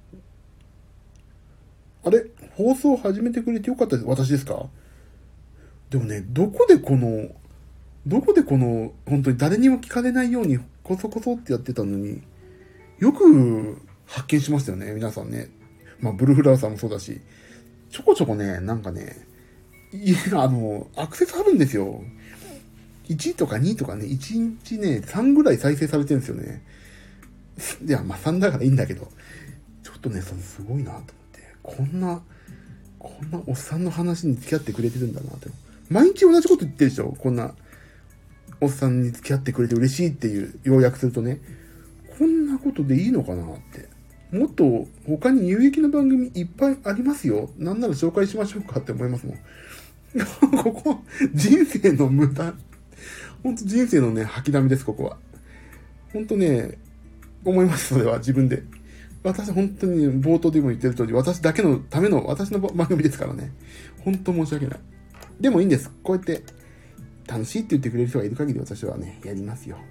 放送始めてくれてよかったです。私ですか？でもね、どこでこの、本当に誰にも聞かれないように、こそこそってやってたのに、よく発見しましたよね、皆さんね。ブルーフラワーさんもそうだし、ちょこちょこね、なんかね、アクセスあるんですよ。1とか2とかね、1日ね、3ぐらい再生されてるんですよね。いや、3だからいいんだけど、ちょっとね、すごいなと思って、こんなおっさんの話に付き合ってくれてるんだなって。毎日同じこと言ってるでしょ？こんなおっさんに付き合ってくれて嬉しいっていう、要約するとね、こんなことでいいのかなって。もっと他に有益な番組いっぱいありますよ。なんなら紹介しましょうかって思いますもん。ここ、人生の無駄。ほんと人生のね、吐きだめです、ここは。ほんとね、思います、それは自分で。私本当に冒頭でも言ってる通り、私だけのための私の番組ですからね。本当申し訳ない。でもいいんです。こうやって楽しいって言ってくれる人がいる限り私はね、やりますよ。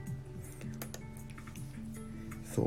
そう。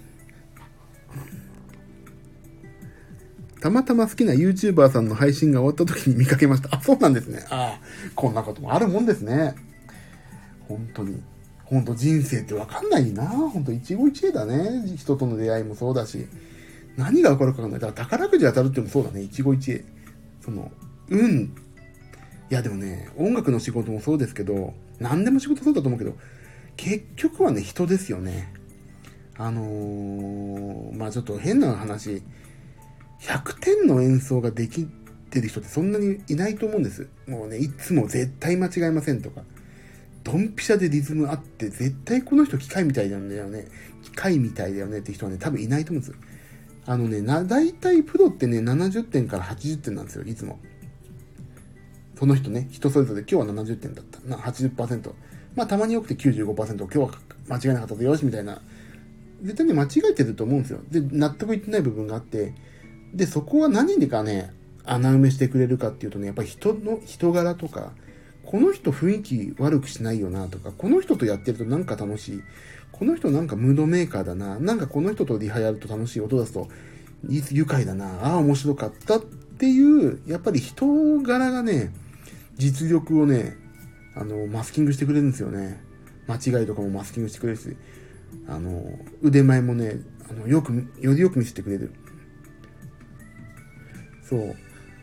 たまたま好きな YouTuber さんの配信が終わった時に見かけました。そうなんですね。こんなこともあるもんですね。本当に。本当人生って分かんないな。本当一期一会だね。人との出会いもそうだし。何が起こるか分かんない。だから宝くじ当たるってもそうだね。一期一会。いやでもね、音楽の仕事もそうですけど、何でも仕事そうだと思うけど、結局はね、人ですよね。ちょっと変な話。100点の演奏ができてる人ってそんなにいないと思うんです。もうね、いつも絶対間違えませんとか。ドンピシャでリズムあって、絶対この人機械みたいなんだよね。機械みたいだよねって人はね、多分いないと思うんです。だいたいプロってね、70点から80点なんですよ、いつも。その人ね、人それぞれ今日は70点だった。80%。たまによくて 95%。今日は間違いなかったぞ、よし、みたいな。絶対ね、間違えてると思うんですよ。で、納得いってない部分があって、で、そこは何でかね、穴埋めしてくれるかっていうとね、やっぱり人柄とか、この人雰囲気悪くしないよなとか、この人とやってるとなんか楽しい。この人なんかムードメーカーだな。なんかこの人とリハやると楽しい。音出すと愉快だな。面白かったっていう、やっぱり人柄がね、実力をね、マスキングしてくれるんですよね。間違いとかもマスキングしてくれるし、腕前もね、よりよく見せてくれる。そう。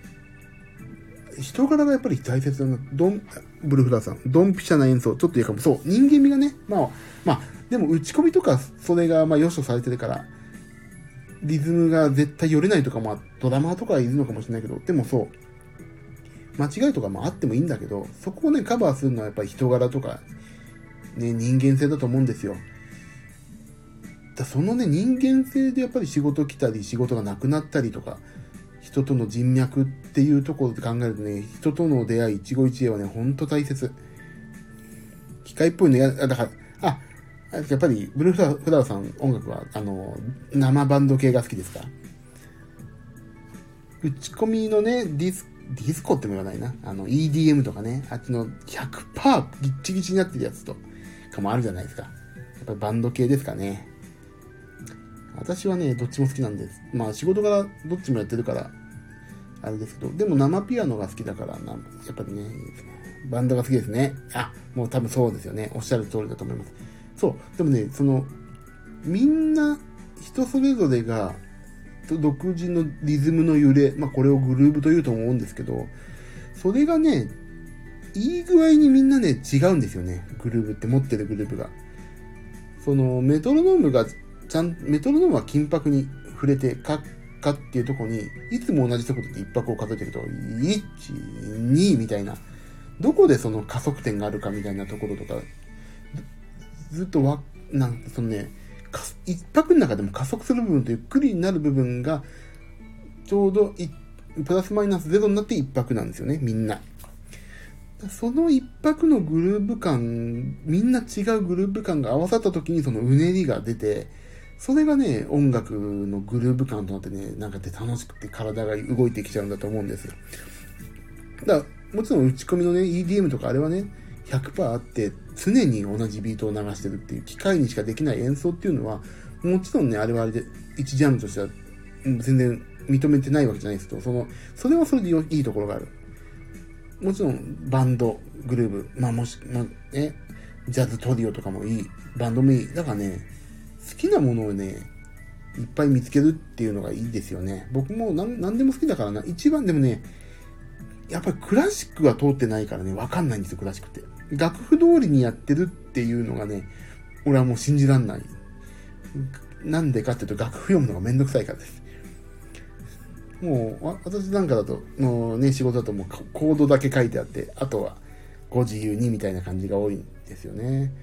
人柄がやっぱり大切だな。ブルフラーさん。ドンピシャな演奏。ちょっと言うかも。そう。人間味がね。でも打ち込みとか、それが良しとされてるから、リズムが絶対寄れないとか、ドラマーとかはいるのかもしれないけど、でもそう。間違いとかあってもいいんだけど、そこをね、カバーするのはやっぱり人柄とか、ね、人間性だと思うんですよ。そのね、人間性でやっぱり仕事来たり、仕事がなくなったりとか、人との人脈っていうところで考えるとね、人との出会い、一期一会はね、ほんと大切。機械っぽいのだから、やっぱり、ブルーフラワーさん音楽は、生バンド系が好きですか？打ち込みのね、ディスコっても言わないな。EDM とかね、あっちの 100% ギッチギチになってるやつとかもあるじゃないですか。やっぱりバンド系ですかね。私はね、どっちも好きなんです。仕事柄どっちもやってるから、あれですけど、でも生ピアノが好きだから、やっぱりね、バンドが好きですね。もう多分そうですよね。おっしゃる通りだと思います。そう。でもね、みんな、人それぞれが、 独自のリズムの揺れ、これをグルーブというと思うんですけど、それがね、いい具合にみんなね、違うんですよね。グルーブって持ってるグルーブが。その、メトロノームは金箔に触れて、カッカっていうところに、いつも同じところで一拍を数えてると、1、2みたいな、どこでその加速点があるかみたいなところとか、ずっとそのね、一拍の中でも加速する部分とゆっくりになる部分が、ちょうどプラスマイナスゼロになって一拍なんですよね、みんな。その一拍のグルーヴ感、みんな違うグルーヴ感が合わさった時にそのうねりが出て、それがね、音楽のグルーヴ感となってね、なんかで楽しくて体が動いてきちゃうんだと思うんですよ。だからもちろん打ち込みのね、EDM とかあれはね、100% あって常に同じビートを流してるっていう機械にしかできない演奏っていうのは、もちろんね、あれはあれで一ジャンルとしては全然認めてないわけじゃないですけど、それはそれでいいところがある。もちろんバンド、グルーヴ、ジャズトリオとかもいい、バンドもいい。だからね、好きなものをね、いっぱい見つけるっていうのがいいですよね。僕も何でも好きだからな。一番でもね、やっぱりクラシックが通ってないからね、わかんないんですよ、クラシックって。楽譜通りにやってるっていうのがね、俺はもう信じらんない。なんでかっていうと、楽譜読むのがめんどくさいからです。もう、私なんかだと、もうね、仕事だともうコードだけ書いてあって、あとはご自由にみたいな感じが多いんですよね。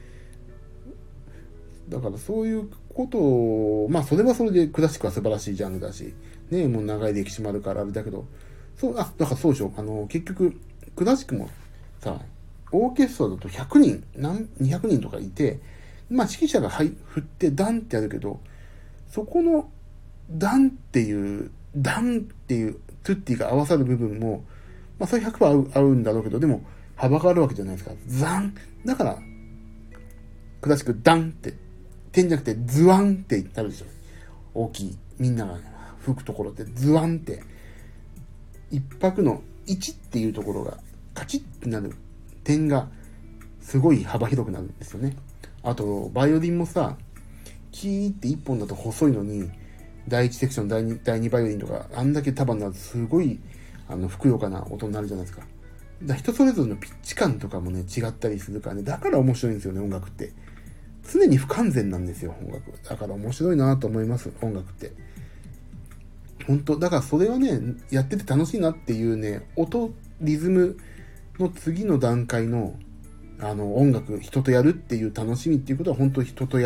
だからそういうことを、それはそれでクラシックは素晴らしいジャンルだし、ね、もう長い歴史もあるからあれだけど、だからそうでしょ。結局、クラシックもさ、オーケストラだと100人、200人とかいて、指揮者が振ってダンってやるけど、そこのダンっていう、トゥッティが合わさる部分も、それ 100% 合うんだろうけど、でも幅があるわけじゃないですか。ザンだから、クラシックダンって、点じゃなくてズワンってなるでしょ。大きい。みんなが吹くところってズワンって、一拍の1っていうところがカチッってなる点がすごい幅広くなるんですよね。あと、バイオリンもさ、キーって一本だと細いのに、第1セクション、第2バイオリンとか、あんだけ束になるとすごい、ふくよかな音になるじゃないですか。人それぞれのピッチ感とかもね、違ったりするからね、だから面白いんですよね、音楽って。常に不完全なんですよ、音楽。だから面白いなと思います、音楽って。本当だからそれはね、やってて楽しいなっていうね、リズムの次の段階の、音楽、人とやるっていう楽しみっていうことは、本当人と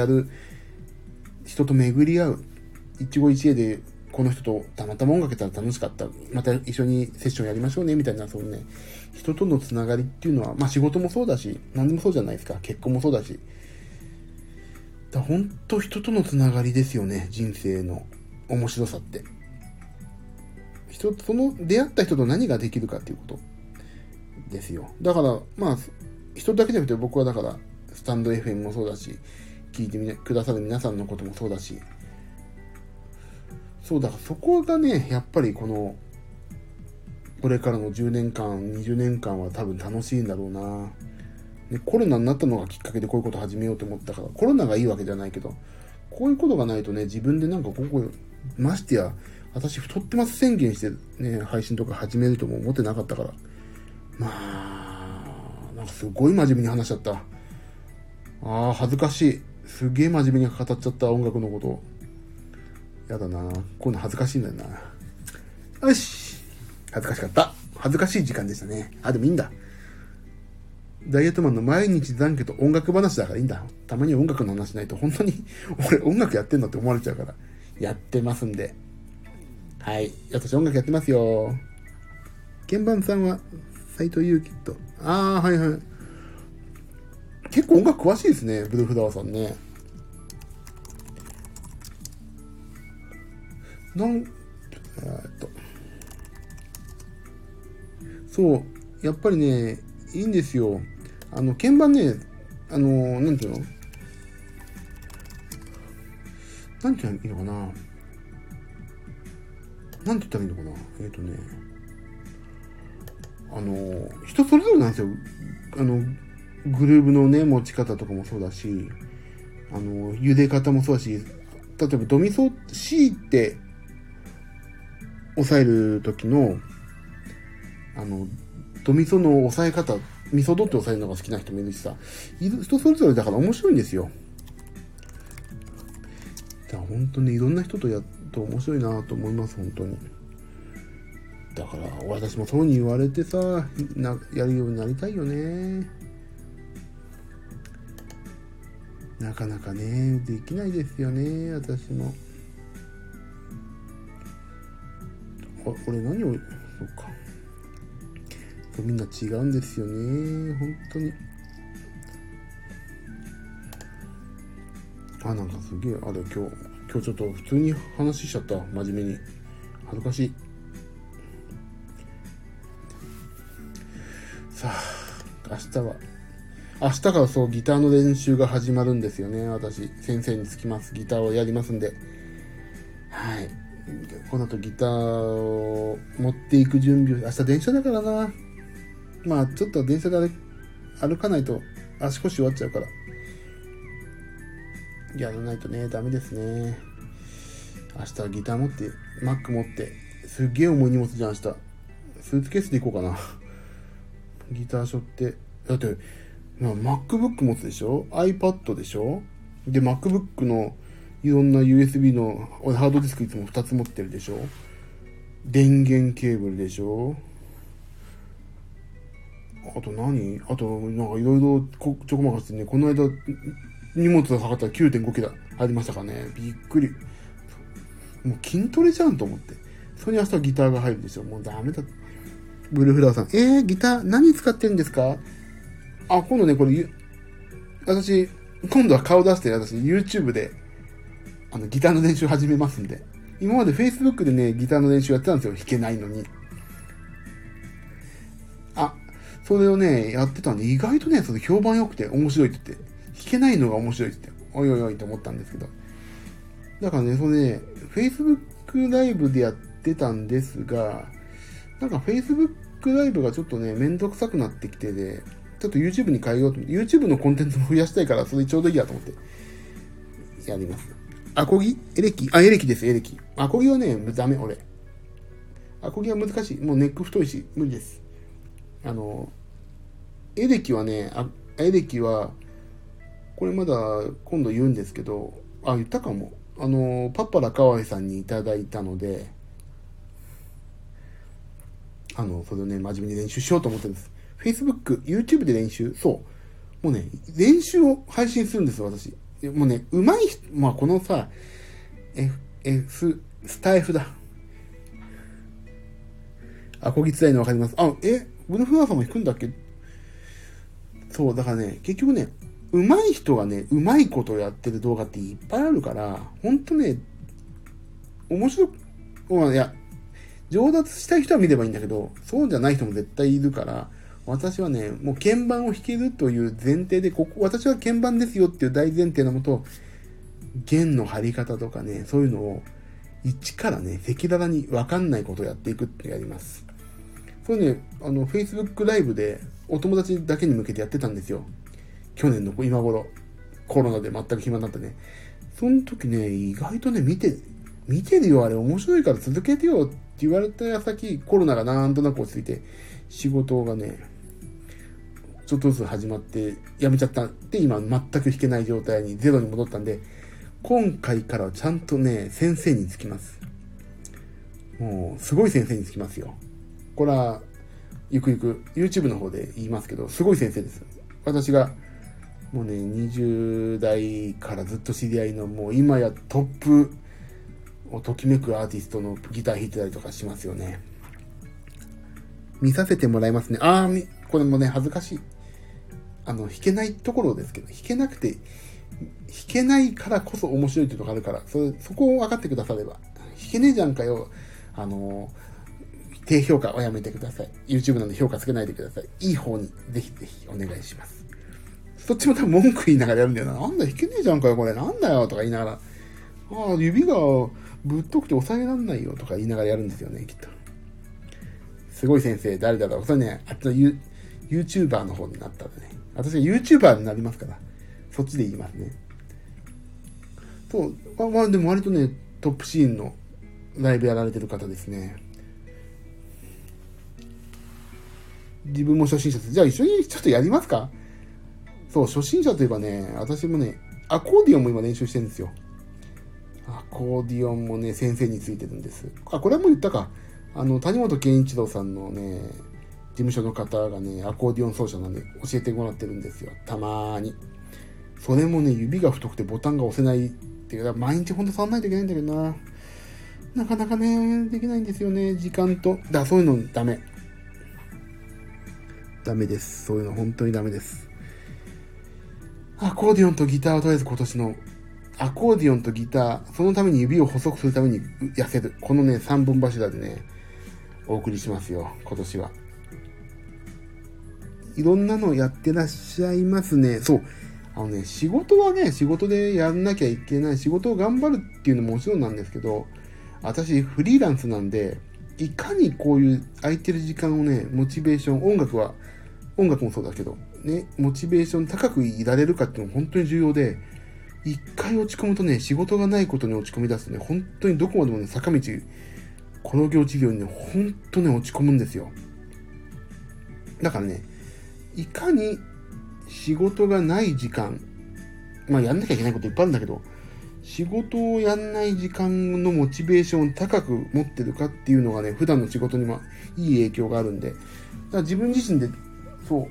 巡り合う。一期一会で、この人とたまたま音楽やったら楽しかった。また一緒にセッションやりましょうね、みたいな、そうね、人とのつながりっていうのは、仕事もそうだし、何でもそうじゃないですか。結婚もそうだし。本当人とのつながりですよね、人生の面白さって。その出会った人と何ができるかっていうことですよ。だから人だけじゃなくて、僕はだからスタンド FM もそうだし、聞いてくださる皆さんのこともそうだし、だからそこがね、やっぱりこれからの10年間20年間は多分楽しいんだろうな。コロナになったのがきっかけでこういうこと始めようと思ったから、コロナがいいわけじゃないけど、こういうことがないとね、自分でましてや私太ってます宣言してね、配信とか始めるとも思ってなかったから、なんかすごい真面目に話しちゃった。恥ずかしい。すげえ真面目に語っちゃった、音楽のこと。やだな。こういうの恥ずかしいんだよな。よし。恥ずかしかった。恥ずかしい時間でしたね。でもいいんだ。ダイエットマンの毎日残業と音楽話だからいいんだ。たまに音楽の話しないと本当に俺音楽やってんのって思われちゃうから。やってますんで。はい。私音楽やってますよ。鍵盤さんは斉藤祐樹と。はいはい。結構音楽詳しいですね、ブルーフラワーさんね。そう、やっぱりね、いいんですよ。鍵盤ね、なんていうのなんて言ったらいいのかななんて言ったらいいのかな人それぞれなんですよ。グルーヴのね、持ち方とかもそうだし、茹で方もそうだし、例えばドミソ C って押さえる時の、ドミソの押さえ方、ミソドって押さえるのが好きな人もいるしさ、人それぞれだから面白いんですよ。だから本当にいろんな人とやると面白いなと思います、本当に。だから私もそうに言われてさ、やるようになりたいよね。なかなかね、できないですよね、私も。これ何を、そうか。みんな違うんですよね、本当に。なんかすげえ、今日ちょっと普通に話しちゃった、真面目に。恥ずかしい。さあ、明日からそう、ギターの練習が始まるんですよね。私、先生につきます。ギターをやりますんで。はい。この後ギターを持っていく準備を、明日電車だからな。まあ、ちょっと電車で歩かないと足腰終わっちゃうから。やらないとね、ダメですね。明日はギター持って、Mac 持って、すっげえ重い荷物じゃん、明日。スーツケースで行こうかな。ギター背負って。だって、MacBook 持つでしょ ?iPad でしょで、MacBook のいろんな USB の、ハードディスクいつも2つ持ってるでしょ電源ケーブルでしょあとなんかいろいろちょこまかしてね、この間、荷物が測ったら 9.5 キロありましたからね。びっくり。もう筋トレじゃんと思って。それに明日はギターが入るでしょ。もうダメだ。ブルーフラワーさん。ギター何使ってるんですか？今度ね、これ、私、今度は顔出して、私、YouTube で、ギターの練習始めますんで。今まで Facebook でね、ギターの練習やってたんですよ。弾けないのに。それをね、やってたんで、意外とね、それ評判良くて面白いって言って、弾けないのが面白いって言って、おいおいおいと思ったんですけど。だからね、それね、Facebook ライブでやってたんですが、なんか Facebook ライブがちょっとね、めんどくさくなってきてで、ちょっと YouTube に変えようと思って、YouTube のコンテンツも増やしたいから、それちょうどいいやと思って、やります。アコギエレキです、エレキ。アコギはね、ダメ、俺。アコギは難しい。もうネック太いし、無理です。エレキはね、これまだ今度言うんですけど、言ったかも。パッパラカワイさんにいただいたので、それをね、真面目に練習しようと思ってるんです。Facebook、YouTube で練習そう。もうね、練習を配信するんですよ、私。もうね、上手い人、このさ、スタイフだ。アコギつらいのわかります。ブルフワーさんも弾くんだっけ？そう、だからね、結局ね、上手い人がね、上手いことをやってる動画っていっぱいあるから、ほんとね、面白いや、上達したい人は見ればいいんだけど、そうじゃない人も絶対いるから、私はね、もう鍵盤を弾けるという前提で、私は鍵盤ですよっていう大前提のもと、弦の張り方とかね、そういうのを、一からね、赤裸々に分かんないことをやっていくってやります。それね、Facebook ライブでお友達だけに向けてやってたんですよ。去年の今頃。コロナで全く暇になったね。その時ね、意外とね、見てるよ、あれ面白いから続けてよって言われた矢先、コロナがなんとなく落ち着いて、仕事がね、ちょっとずつ始まって辞めちゃったで、今全く弾けない状態にゼロに戻ったんで、今回からはちゃんとね、先生につきます。もう、すごい先生につきますよ。これは、ゆくゆく YouTube の方で言いますけど、すごい先生です。私が、もうね、20代からずっと知り合いの、もう今やトップをときめくアーティストのギター弾いてたりとかしますよね。見させてもらいますね。これもね、恥ずかしい。弾けないところですけど、弾けないからこそ面白いっていうところがあるから、そこを分かってくだされば。弾けねえじゃんかよ。低評価はやめてください。YouTube なんで評価つけないでください。いい方にぜひぜひお願いします。そっちも多分文句言いながらやるんだよな。なんだ弾けねえじゃんかよ、これ。なんだよ、とか言いながら。指がぶっとくて押さえらんないよ、とか言いながらやるんですよね、きっと。すごい先生、誰だろう。それね、あっちのYouTuber の方になったらね。私が YouTuber になりますから。そっちで言いますね。そう。でも割とね、トップシーンのライブやられてる方ですね。自分も初心者です。じゃあ一緒にちょっとやりますか？そう、初心者といえばね、私もね、アコーディオンも今練習してるんですよ。アコーディオンもね、先生についてるんです。これも言ったか。谷本健一郎さんのね、事務所の方がね、アコーディオン奏者なんで教えてもらってるんですよ。たまーに。それもね、指が太くてボタンが押せないっていう、毎日ほんと触んないといけないんだけどな。なかなかね、できないんですよね、時間と。そういうのダメ。ダメです。そういうの本当にダメです。アコーディオンとギターはとりあえず今年のアコーディオンとギター、そのために指を細くするために痩せる。このね、3本柱でね、お送りしますよ、今年は。いろんなのやってらっしゃいますね。そう。仕事はね、仕事でやんなきゃいけない。仕事を頑張るっていうのももちろんなんですけど、私、フリーランスなんで、いかにこういう空いてる時間をね、モチベーション、音楽もそうだけど、ね、モチベーション高くいられるかっていうのが本当に重要で、一回落ち込むとね、仕事がないことに落ち込み出すとね、本当にどこまでもね、坂道、工業事業にね、本当ね、落ち込むんですよ。だからね、いかに仕事がない時間、やんなきゃいけないこといっぱいあるんだけど、仕事をやんない時間のモチベーションを高く持ってるかっていうのがね、普段の仕事にもいい影響があるんで、だから自分自身で、そう、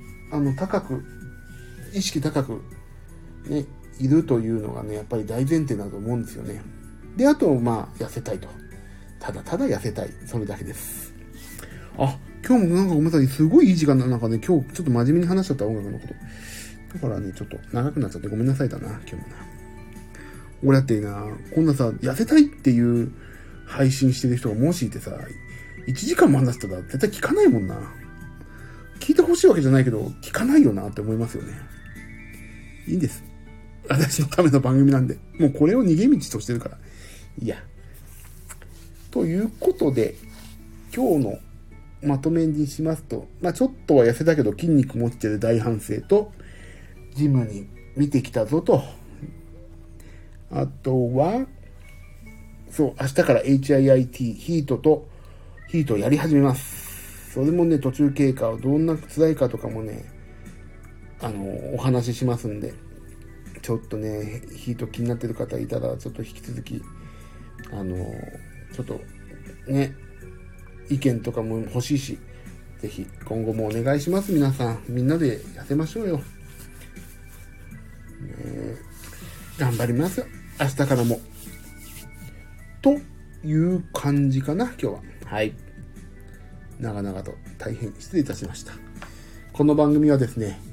意識高く、ね、いるというのがね、やっぱり大前提だと思うんですよね。で、あと、痩せたいと。ただただ痩せたい。それだけです。今日もなんかごめんなさい。すごいいい時間だ。なんかね、今日ちょっと真面目に話しちゃった音楽のこと。だからね、ちょっと長くなっちゃってごめんなさいだな、今日もな。俺だっていいな、こんなさ、痩せたいっていう配信してる人がもしいてさ、1時間も話したら絶対聞かないもんな。聞いてほしいわけじゃないけど、聞かないよなって思いますよね。いいんです。私のための番組なんで。もうこれを逃げ道としてるから。いや。ということで、今日のまとめにしますと、ちょっとは痩せたけど筋肉も落ちてる大反省と、ジムに見てきたぞと。あとは、そう、明日から HIIT、ヒートをやり始めます。それもね、途中経過をどんな辛いかとかもね、お話ししますんで、ちょっとね、ヒート気になってる方いたら、ちょっと引き続き、ちょっと、ね、意見とかも欲しいし、ぜひ今後もお願いします。皆さん、みんなで痩せましょうよ。頑張ります。明日からも。という感じかな、今日は。はい。長々と大変失礼いたしました。この番組はですね、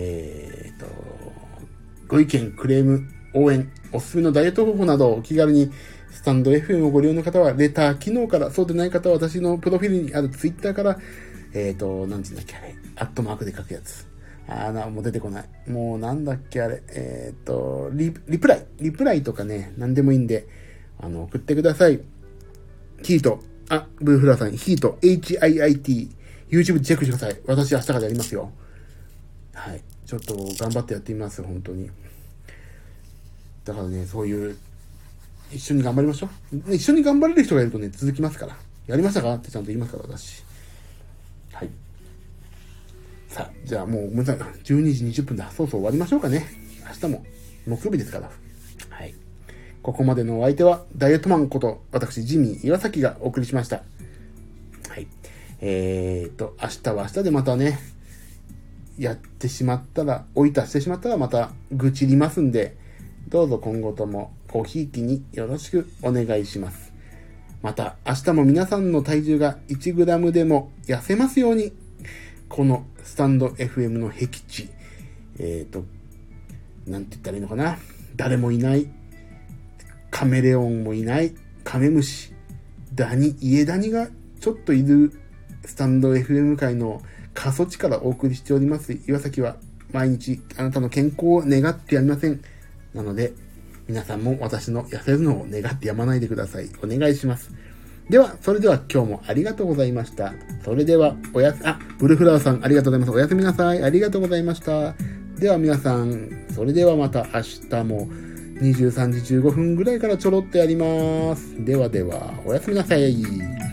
ご意見、クレーム、応援、おすすめのダイエット方法などをお気軽にスタンド FM をご利用の方はレター機能から、そうでない方は私のプロフィールにあるツイッターから、なんていうんだっけあれ、アットマークで書くやつ。もう出てこない。もうなんだっけあれ、リプライとかね、なんでもいいんで、送ってください。ヒート、ブルフラーさん、ヒート、HIIT、YouTube チェックしてください。私明日からやりますよ。はい。ちょっと頑張ってやってみます、本当に。だからね、そういう、一緒に頑張りましょう。一緒に頑張れる人がいるとね、続きますから。やりましたかってちゃんと言いますから、私。はい。さあ、じゃあもうごめんなさい。12時20分だ。そうそう終わりましょうかね。明日も木曜日ですから。はい。ここまでのお相手は、ダイエットマンこと、私、ジミー岩崎がお送りしました。はい。明日は明日でまたね、やってしまったら、追い足してしまったらまた愚痴りますんで、どうぞ今後ともごひいきによろしくお願いします。また明日も皆さんの体重が 1g でも痩せますように、このスタンド FM の僻地、なんて言ったらいいのかな。誰もいない、カメレオンもいない、カメムシ、家ダニがちょっといるスタンド FM 界の過疎地からお送りしております岩崎は毎日あなたの健康を願ってやみません。なので皆さんも私の痩せるのを願ってやまないでください。お願いします。では、それでは今日もありがとうございました。それではブルフラワーさんありがとうございます。おやすみなさい。ありがとうございました。では皆さん、それではまた明日も 23時15分ぐらいからちょろっとやります。ではでは、おやすみなさい。